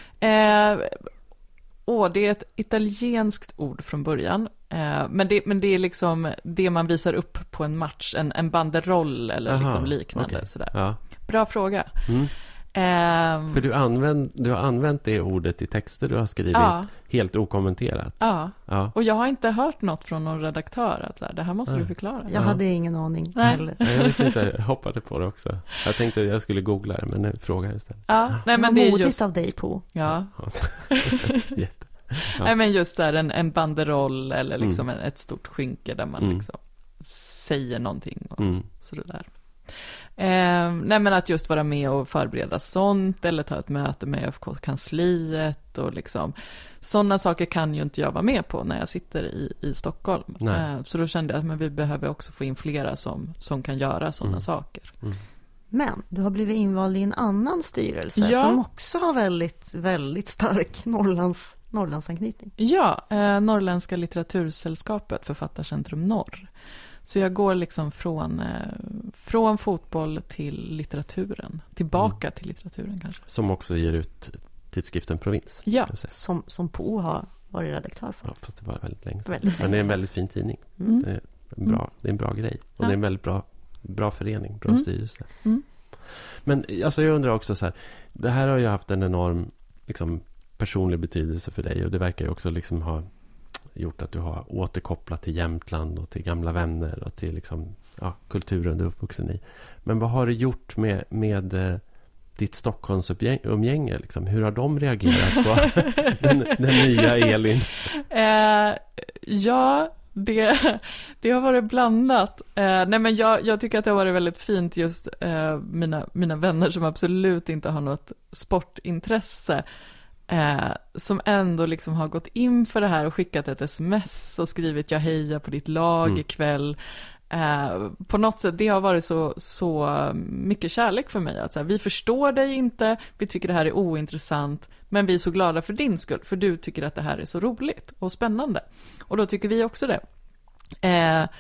Det är ett italienskt ord från början. Men det är liksom det man visar upp på en match, en banderoll eller liksom liknande. Okay. Sådär. Ja. Bra fråga. För du har använt det ordet i texter du har skrivit helt okommenterat. Ja, och jag har inte hört något från någon redaktör att så här, det här måste du förklara. Jag hade ingen aning heller. Nej, jag visste inte, jag hoppade på det också. Jag tänkte jag skulle googla det, men nu frågar jag istället. Nej, men det är modigt just av dig på. Ja. Jätte. Nej, men just där en banderoll eller liksom ett stort skynke där man liksom säger någonting och sådär. Nej, men att just vara med och förbereda sånt eller ta ett möte med ÖFK-kansliet och liksom sådana saker kan ju inte jag vara med på när jag sitter i Stockholm. Så då kände jag att men vi behöver också få in flera som kan göra sådana saker. Men du har blivit invald i en annan styrelse som också har väldigt, väldigt stark Norrlandsanknytning. Ja, Norrländska litteratursällskapet, Författarcentrum Norr. Så jag går liksom från fotboll till litteraturen. Tillbaka till litteraturen kanske. Som också ger ut tidskriften Provins. Ja. Som Po har varit redaktör för. Ja, fast det var väldigt länge sedan. Men det är en väldigt fin tidning. Det är en bra grej. Och det är en väldigt bra förening, bra styrelse. Men alltså jag undrar också så här, det här har ju haft en enorm liksom, personlig betydelse för dig, och det verkar ju också liksom ha gjort att du har återkopplat till Jämtland och till gamla vänner och till liksom, kulturen du är uppvuxen i. Men vad har det gjort med ditt Stockholmsumgänge? Liksom? Hur har de reagerat på den nya Elin? Det har varit blandat. Nej, men jag tycker att det har varit väldigt fint just mina vänner som absolut inte har något sportintresse. Som ändå liksom har gått in för det här och skickat ett sms och skrivit jag hejar på ditt lag ikväll. På något sätt, det har varit så mycket kärlek för mig att så här, vi förstår dig inte, vi tycker det här är ointressant, men vi är så glada för din skull, för du tycker att det här är så roligt och spännande, och då tycker vi också det.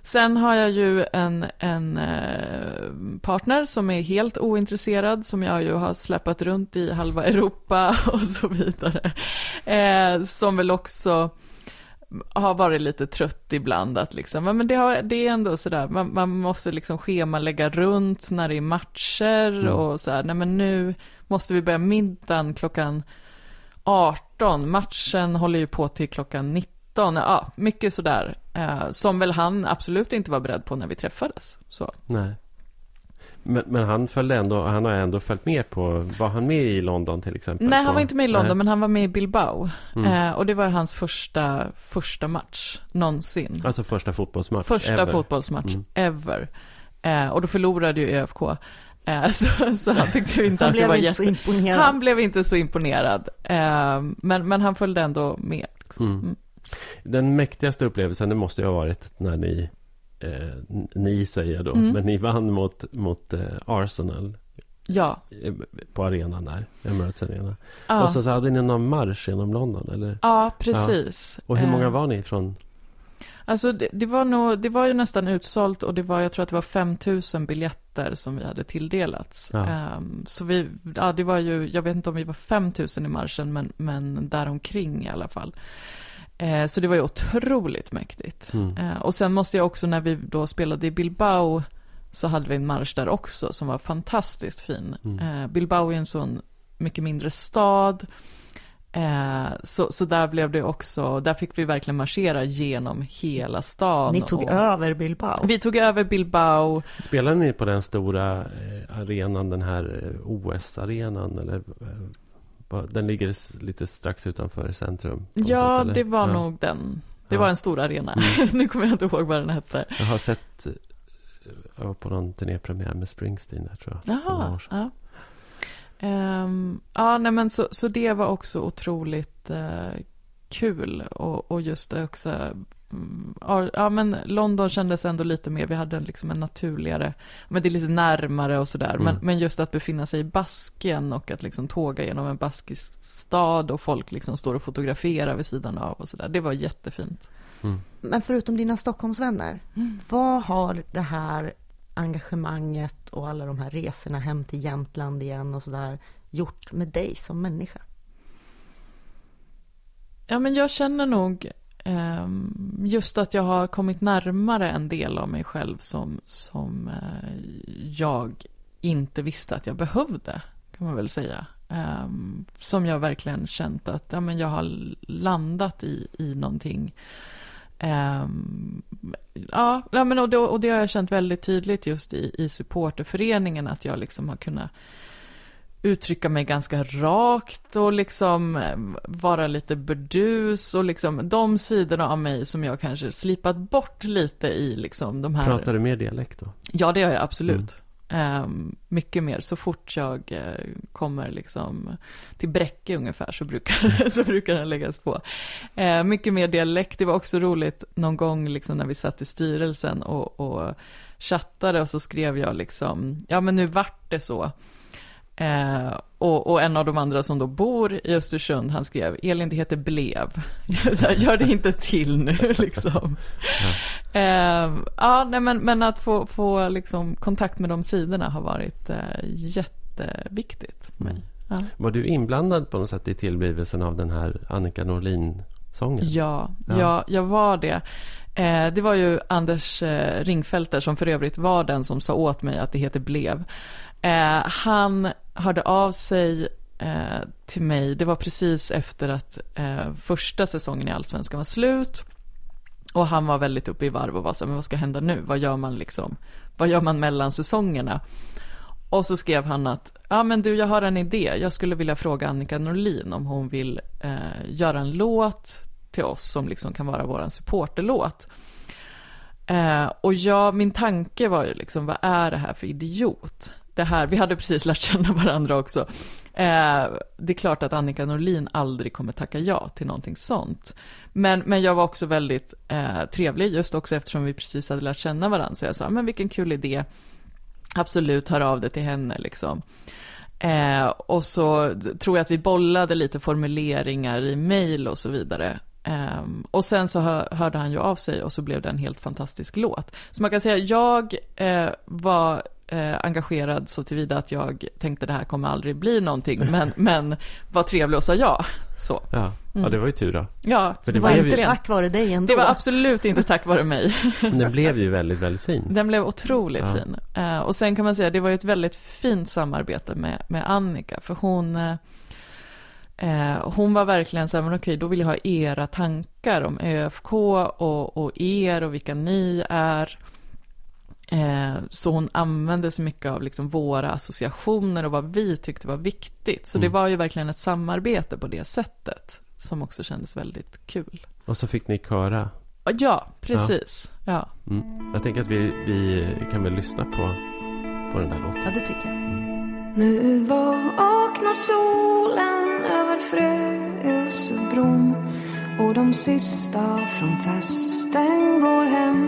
Sen har jag ju en partner som är helt ointresserad, som jag ju har släppt runt i halva Europa och så vidare. Som väl också har varit lite trött ibland att liksom, men det är ändå sådär, man måste liksom schemalägga runt när det är matcher och så här, nej men nu måste vi börja middagen klockan 18, matchen håller ju på till klockan 19, ja, mycket sådär, som väl han absolut inte var beredd på när vi träffades. Så. Nej. Men han har ändå följt med på, var han med i London till exempel? Nej, han var inte med i London, men han var med i Bilbao. Och det var hans första match någonsin. Alltså första fotbollsmatch ever. Och då förlorade ju ÖFK. Så han tyckte inte han att det var så imponerad. Han blev inte så imponerad. Men han följde ändå med. Liksom. Den mäktigaste upplevelsen, det måste ju ha varit när ni säger då, men ni vann mot Arsenal. Ja. På arenan där, Emirates Arena. Ja. Och så hade ni någon marsch genom London, eller? Ja, precis. Ja. Och hur många var ni från? Alltså det var ju nästan utsålt, och jag tror att det var 5,000 biljetter som vi hade tilldelats. Ja. Så det var ju, jag vet inte om vi var 5,000 i marschen, men däromkring i alla fall. Så det var ju otroligt mäktigt. Och sen måste jag också, när vi då spelade i Bilbao, så hade vi en marsch där också som var fantastiskt fin. Bilbao är en sån mycket mindre stad. Så där blev det också, där fick vi verkligen marschera genom hela stan. Ni tog över Bilbao? Vi tog över Bilbao. Spelade ni på den stora arenan, den här OS-arenan, eller? Den ligger lite strax utanför centrum. Ja, det var nog den. Det var en stor arena. Nu kommer jag inte ihåg vad den hette. Jag har sett på någon turnépremiär med Springsteen där, tror jag. Jaha, nej men så det var också otroligt kul. Och just det också, men London kändes ändå lite mer, vi hade liksom en naturligare, men det är lite närmare och sådär, men just att befinna sig i Baskien och att liksom tåga genom en baskisk stad och folk liksom står och fotograferar vid sidan av och sådär, det var jättefint. Men förutom dina Stockholmsvänner, vad har det här engagemanget och alla de här resorna hem till Jämtland igen och sådär gjort med dig som människa? Ja, men jag känner nog just att jag har kommit närmare en del av mig själv som jag inte visste att jag behövde, kan man väl säga. Som jag verkligen känt att jag har landat i någonting. Och det har jag känt väldigt tydligt just i supporterföreningen, att jag liksom har kunnat uttrycka mig ganska rakt och liksom vara lite burdus och liksom de sidorna av mig som jag kanske slipat bort lite i liksom de här. Pratar du mer dialekt då? Ja, det gör jag absolut. Mycket mer. Så fort jag kommer liksom till Bräcke ungefär så brukar den läggas på. Mycket mer dialekt. Det var också roligt någon gång liksom när vi satt i styrelsen och chattade, och så skrev jag liksom, men nu vart det så. Och en av de andra som då bor i Östersund, han skrev, Elin, det heter blev. Gör det inte till nu liksom. Men att få liksom kontakt med de sidorna har varit jätteviktigt för mig. Ja. Var du inblandad på något sätt i tillblivelsen av den här Annika Norlin-sången? Ja, jag var det. Det var ju Anders Ringfelter, som för övrigt var den som sa åt mig att det heter blev. Han hörde av sig till mig. Det var precis efter att första säsongen i Allsvenskan var slut. Och han var väldigt uppe i varv och var så, men vad ska hända nu? Vad gör man mellan säsongerna? Och så skrev han att, men du, jag har en idé. Jag skulle vilja fråga Annika Norlin om hon vill göra en låt till oss som liksom kan vara våran supporterlåt. Och min tanke var ju liksom, vad är det här för idiot? Det här, vi hade precis lärt känna varandra också. Det är klart att Annika Norlin aldrig kommer tacka ja till någonting sånt. Men jag var också väldigt trevlig, just också eftersom vi precis hade lärt känna varandra. Så jag sa, men vilken kul idé. Absolut, hör av det till henne liksom. Och så tror jag att vi bollade lite formuleringar i mejl och så vidare. Och sen så hörde han ju av sig och så blev det en helt fantastisk låt. Så man kan säga, jag var engagerad så tillvida att jag tänkte det här kommer aldrig bli någonting, men var trevlig och sa ja. Så. Ja, det var ju tur då. Ja, för det var inte tack vare dig ändå. Det var absolut inte tack vare mig. Den blev ju väldigt, väldigt fin. Den blev otroligt fin. Och sen kan man säga, det var ju ett väldigt fint samarbete med Annika, för hon var verkligen så här, men okej, då vill jag ha era tankar om ÖFK och er och vilka ni är. Så hon använde så mycket av liksom våra associationer och vad vi tyckte var viktigt. Så det var ju verkligen ett samarbete på det sättet som också kändes väldigt kul. Och så fick ni köra. Ja, precis. Ja. Jag tänker att vi kan väl lyssna på den där låten. Ja, det tycker jag. Nu vaknar solen över Frösebron och de sista från festen går hem.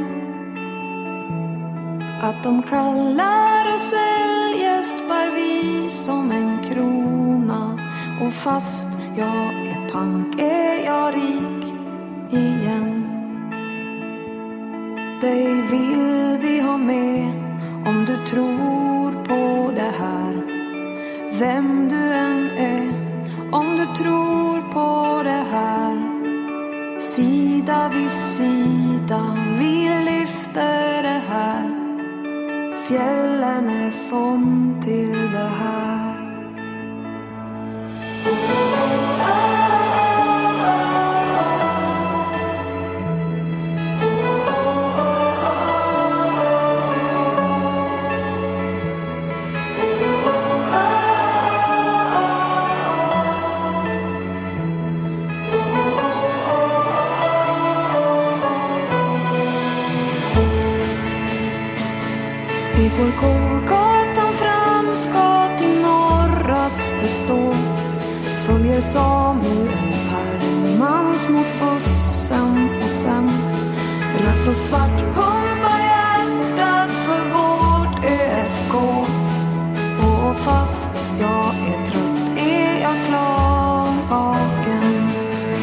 Att de kallar oss eljest bär vi som en krona, och fast jag är pank är jag rik igen. Dig vill vi ha med om du tror på det här. Vem du än är, om du tror på det här. Sida vid sida, vi lyfter det här. Fjällen är fond till det här. Går gågatan fram, ska till norraste stå. Följer Samuel Permans mot bussen och sen rött och svart pumpar hjärtat för vårt ÖFK. Och fast jag är trött är jag klarvaken.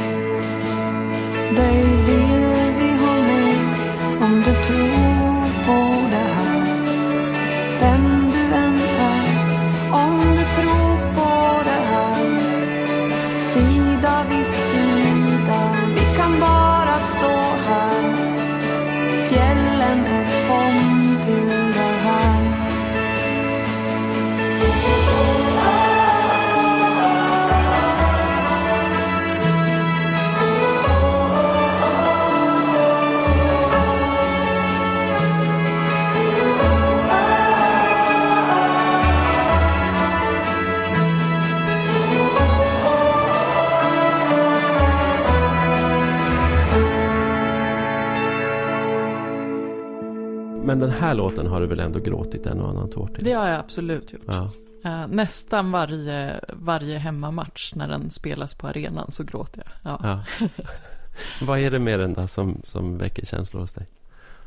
Dig vill vi ha med om du tror på det här. Vem du än är, om du tror på det här. Sida vid sida, vi kan bara stå här. Fjällen är fond till det här. Men den här låten har du väl ändå gråtit en och annan tår till? Det har jag absolut gjort. Ja. Nästan varje hemmamatch när den spelas på arenan så gråter jag. Ja. Vad är det med den där som väcker känslor hos dig?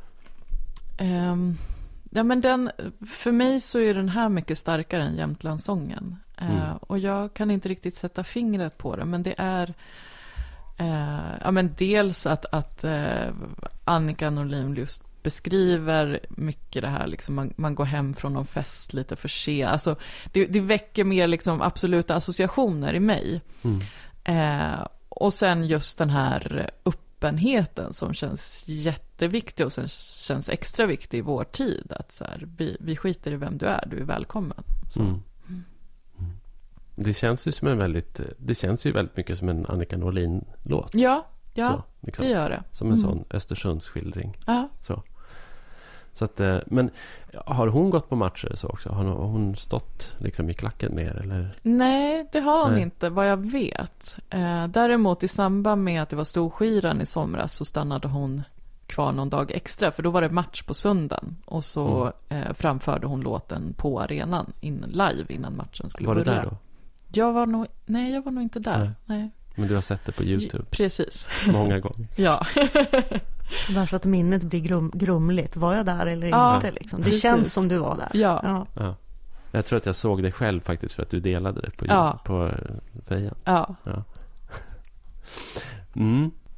Ja, men för mig så är den här mycket starkare än Jämtlandssången. Och jag kan inte riktigt sätta fingret på det, men det är men dels att Annika Norlin just beskriver mycket det här liksom, man går hem från någon fest lite för sent. Alltså, det väcker mer liksom absoluta associationer i mig. Och sen just den här öppenheten som känns jätteviktig och sen känns extra viktig i vår tid, att så här, vi skiter i vem du är välkommen. Så. Det känns ju väldigt mycket som en Annika Norlin-låt. Ja, så, liksom, det gör det. Som en sån Östersundsskildring. Ja. Så att, men har hon gått på matcher så också? Har hon stått liksom i klacken med er, eller? Nej, det har hon inte, vad jag vet. Däremot i samband med att det var Storskyran i somras så stannade hon kvar någon dag extra, för då var det match på söndagen och så framförde hon låten på arenan live innan matchen skulle börja. Var du där då? Jag var nog inte där. Nej. Men du har sett det på YouTube? Precis. Många gånger. Ja. Så därför att minnet blir grumligt. Var jag där eller inte? Liksom. Det precis. Känns som du var där. Ja. Jag tror att jag såg det själv faktiskt för att du delade det på fejan. Ja.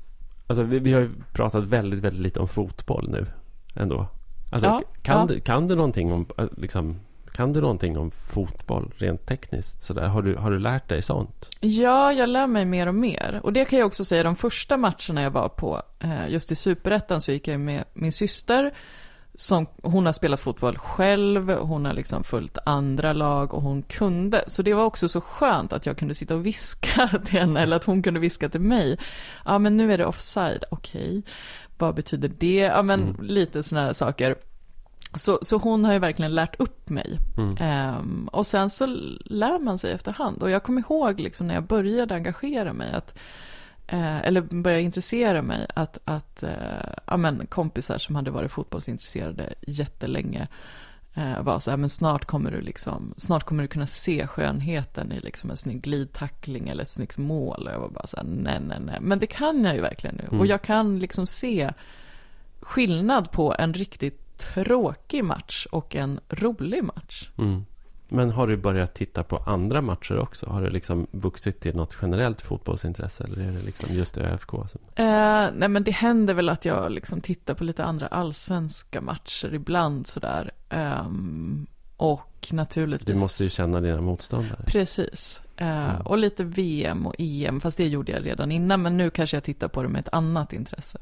Alltså vi har ju pratat väldigt, väldigt lite om fotboll nu ändå. Alltså, kan du någonting om liksom, kan du någonting om fotboll rent tekniskt? Så där? Har du lärt dig sånt? Ja, jag lär mig mer och mer. Och det kan jag också säga, de första matcherna jag var på, just i Superettan, så gick jag med min syster. Hon har spelat fotboll själv, hon har liksom följt andra lag och hon kunde. Så det var också så skönt att jag kunde sitta och viska till henne, eller att hon kunde viska till mig. Ja, men nu är det offside. Okej. Vad betyder det? Ja, men lite såna här saker. Så hon har ju verkligen lärt upp mig. Och sen så lär man sig efterhand. Och jag kommer ihåg liksom när jag började engagera mig eller började intressera mig att kompisar som hade varit fotbollsintresserade jättelänge var så här, men snart kommer du kunna se skönheten i liksom en snygg glidtackling eller ett snyggt mål. Och jag var bara så här, nej. Men det kan jag ju verkligen nu. Och jag kan liksom se skillnad på en riktigt tråkig match och en rolig match. Men har du börjat titta på andra matcher också? Har du liksom vuxit till något generellt fotbollsintresse, eller är det liksom just ÖFK? Nej, men det händer väl att jag liksom tittar på lite andra allsvenska matcher ibland sådär. Och naturligtvis... Du måste ju känna dina motståndare. Precis. Och lite VM och EM, fast det gjorde jag redan innan, men nu kanske jag tittar på det med ett annat intresse.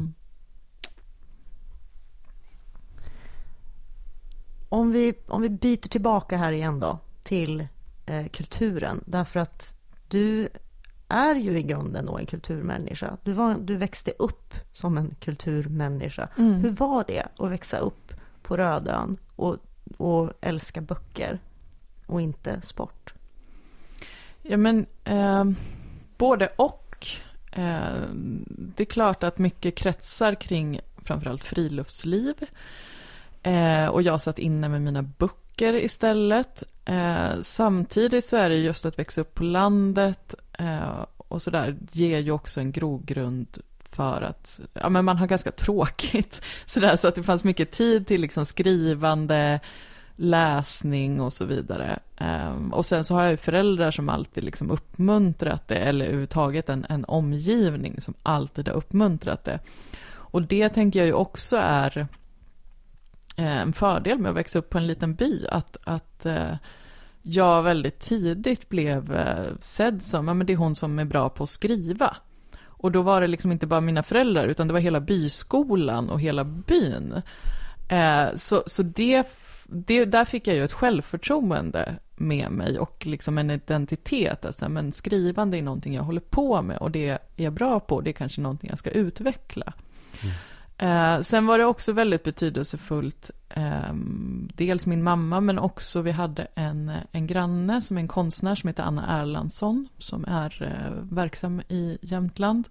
Om vi byter tillbaka här igen då till kulturen, därför att du är ju i grunden då en kulturmänniska. Du växte upp som en kulturmänniska. Hur var det att växa upp på Rödön och älska böcker och inte sport? Ja, men både och. Det är klart att mycket kretsar kring framförallt friluftsliv. Och jag satt inne med mina böcker istället. Samtidigt så är det just att växa upp på landet och sådär ger ju också en grogrund för att men man har ganska tråkigt sådär, så att det fanns mycket tid till liksom skrivande, läsning och så vidare. Och sen så har jag ju föräldrar som alltid liksom uppmuntrat det, eller överhuvudtaget en omgivning som alltid har uppmuntrat det. Och det tänker jag ju också är en fördel med att växa upp på en liten by, att jag väldigt tidigt blev sedd som, men det är hon som är bra på att skriva. Och då var det liksom inte bara mina föräldrar, utan det var hela byskolan och hela byn. Så det där fick jag ju ett självförtroende med mig och liksom en identitet. Alltså, men skrivande är någonting jag håller på med och det är jag bra på. Det är kanske någonting jag ska utveckla. Sen var det också väldigt betydelsefullt, dels min mamma, men också vi hade en granne som är en konstnär som heter Anna Erlandsson, som är verksam i Jämtland,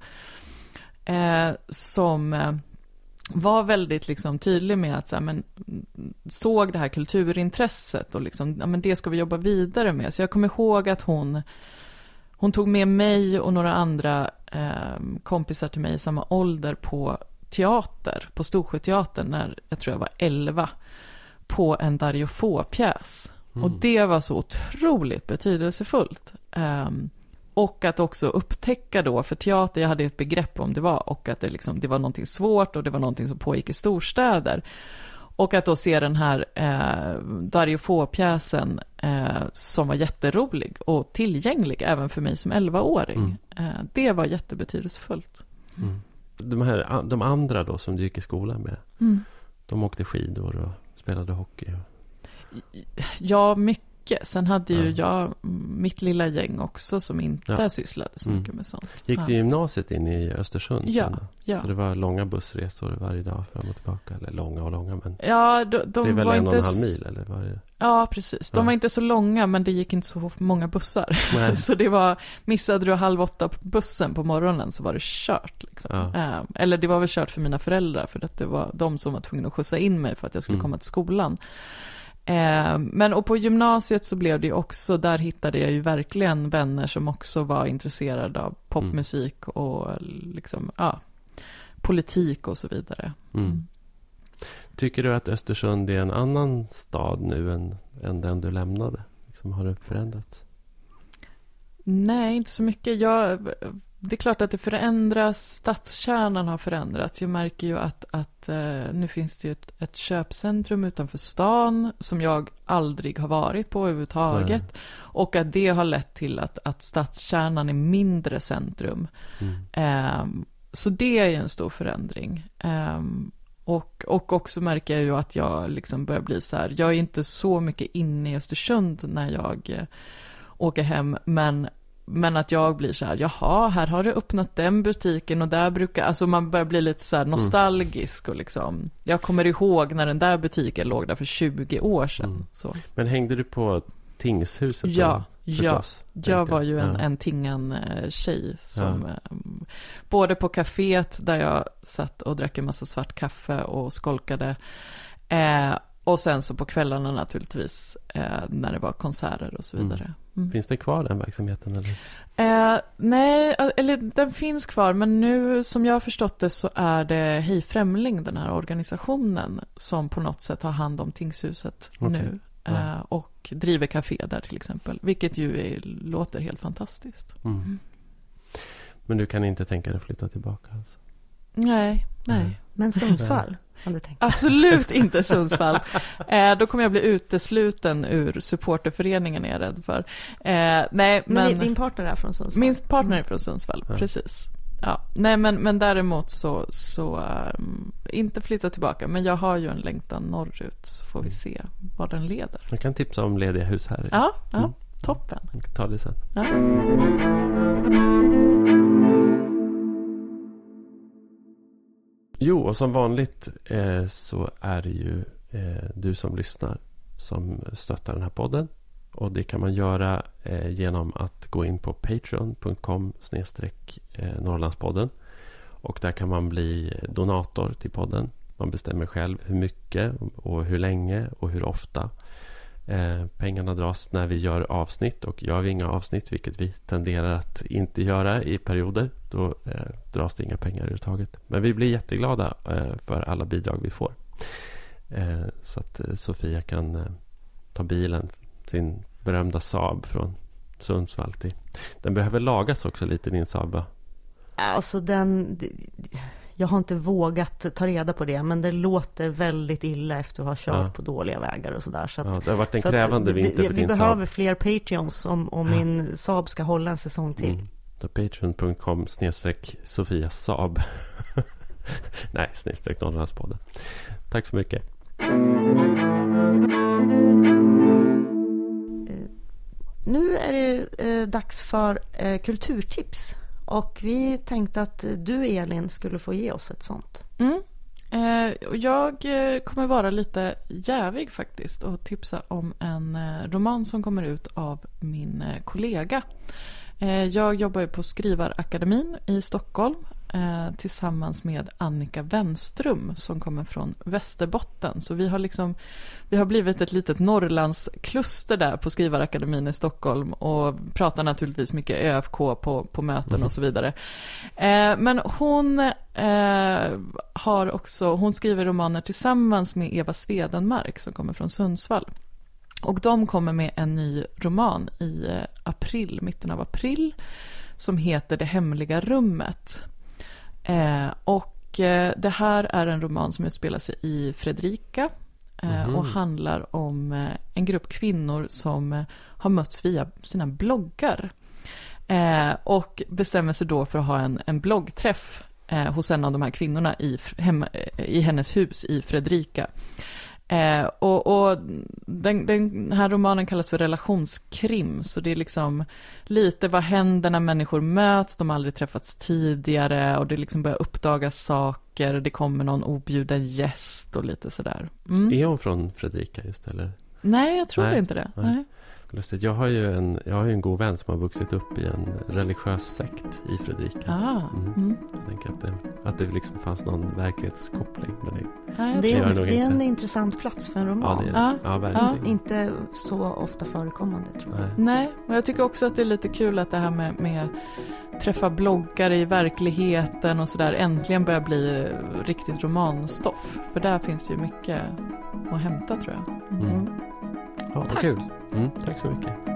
som var väldigt liksom tydlig med att såg det här kulturintresset och liksom, men det ska vi jobba vidare med. Så jag kommer ihåg att hon tog med mig och några andra kompisar till mig i samma ålder på teater, på Storsjöteatern, när jag tror jag var 11, på en Dario Fo-pjäs. Och det var så otroligt betydelsefullt. Och att också upptäcka då, för teater, jag hade ett begrepp om det var, och att det var någonting svårt och det var någonting som pågick i storstäder. Och att då se den här Dario Fo-pjäsen som var jätterolig och tillgänglig även för mig som 11-åring. Det var jättebetydelsefullt. De andra då som du gick i skolan med, de åkte skidor och spelade hockey. Ja, mycket. Sen hade ju jag mitt lilla gäng också som inte sysslade så mycket med sånt. Gick du gymnasiet in i Östersund? Ja. Så det var långa bussresor varje dag fram och tillbaka? Eller långa, men... Ja, de det är väl var 1,5 mil? Eller var det... Ja, precis. De var inte så långa, men det gick inte så många bussar. Så det var, missade du 7:30 på bussen på morgonen så var det kört. Liksom. Eller det var väl kört för mina föräldrar, för att det var de som var tvungna att skjutsa in mig för att jag skulle komma till skolan. Men och på gymnasiet så blev det också, där hittade jag ju verkligen vänner som också var intresserade av popmusik och liksom, politik och så vidare. Tycker du att Östersund är en annan stad nu än den du lämnade? Liksom, har det förändrats? Nej, inte så mycket. Jag det är klart att det förändras. Stadskärnan har förändrats. Jag märker ju att nu finns det ju ett köpcentrum utanför stan som jag aldrig har varit på överhuvudtaget. Nej. Och att det har lett till att stadskärnan är mindre centrum. Så det är ju en stor förändring. Och också märker jag ju att jag liksom börjar bli så här. Jag är inte så mycket inne i Östersund när jag åker hem, men att jag blir så här, jaha, här har det öppnat den butiken och där brukar, alltså man börjar bli lite så här nostalgisk och liksom, jag kommer ihåg när den där butiken låg där för 20 år sedan. Så. Men hängde du på Tingshuset? Ja, förstås, jag var ju en Tingan tjej som både på kaféet där jag satt och drack en massa svart kaffe och skolkade och sen så på kvällarna naturligtvis när det var konserter och så vidare. Finns det kvar den verksamheten? Eller? Nej, eller den finns kvar, men nu som jag har förstått det så är det Hej Främling, den här organisationen som på något sätt har hand om Tingshuset nu. Och driver café där till exempel, vilket ju låter helt fantastiskt. Men du kan inte tänka dig att flytta tillbaka alltså? Nej. Men Sundsvall? Absolut inte Sundsvall. Då kommer jag bli utesluten ur supporterföreningen, är jag rädd för. Nej, men din partner är från Sundsvall? Min partner är från Sundsvall, precis. Ja. Nej, men däremot så inte flytta tillbaka. Men jag har ju en längtan norrut, så får vi se vad den leder. Jag kan tipsa om lediga hus här. Ja, toppen. Jag kan ta det sen. Ja. Jo, och som vanligt så är det ju du som lyssnar som stöttar den här podden. Och det kan man göra genom att gå in på patreon.com/Norrlandspodden. Och där kan man bli donator till podden. Man bestämmer själv hur mycket och hur länge och hur ofta. Pengarna dras när vi gör avsnitt, och gör vi inga avsnitt, vilket vi tenderar att inte göra i perioder, då dras det inga pengar överhuvudtaget. Men vi blir jätteglada för alla bidrag vi får. Så att Sofia kan ta bilen, sin berömda Saab från Sundsvall till. Den behöver lagas också lite, din Saab, va? Alltså jag har inte vågat ta reda på det, men det låter väldigt illa efter att ha kört på dåliga vägar och sådär. Så att, det har varit en krävande vinter för din Saab. Vi behöver fler Patreons om min Saab ska hålla en säsong till. Så patreon.com/Sofia Saab. Nej, /Norrlandspodden. Tack så mycket. Nu är det dags för kulturtips. Och vi tänkte att du, Elin, skulle få ge oss ett sånt. Jag kommer vara lite jävig faktiskt och tipsa om en roman som kommer ut av min kollega. Jag jobbar ju på Skrivarakademin i Stockholm tillsammans med Annika Wenström som kommer från Västerbotten. Så vi har blivit ett litet Norrlandskluster där på Skrivarakademin i Stockholm och pratar naturligtvis mycket ÖFK på möten och så vidare. Men hon hon skriver romaner tillsammans med Eva Svedenmark som kommer från Sundsvall. Och de kommer med en ny roman i mitten av april, som heter Det hemliga rummet. Det här är en roman som utspelar sig i Fredrika och handlar om en grupp kvinnor som har mötts via sina bloggar och bestämmer sig då för att ha en bloggträff hos en av de här kvinnorna i hennes hus i Fredrika. Och den här romanen kallas för relationskrim, så det är liksom lite vad händer när människor möts, de har aldrig träffats tidigare och det liksom börjar uppdagas saker, det kommer någon objuden gäst och lite sådär. Är hon från Fredrika just, eller? Nej, jag tror inte det. Nej. Lustigt. Jag har ju en god vän som har vuxit upp i en religiös sekt i Fredrika. Jag tänker att det liksom fanns någon verklighetskoppling med det. Det är en intressant plats för en roman. Ja, verkligen. Inte så ofta förekommande, tror jag. Nej, och jag tycker också att det är lite kul att det här med träffa bloggare i verkligheten och sådär äntligen börjar bli riktigt romanstoff. För där finns det ju mycket att hämta, tror jag. Ja, vad kul. Tack så mycket.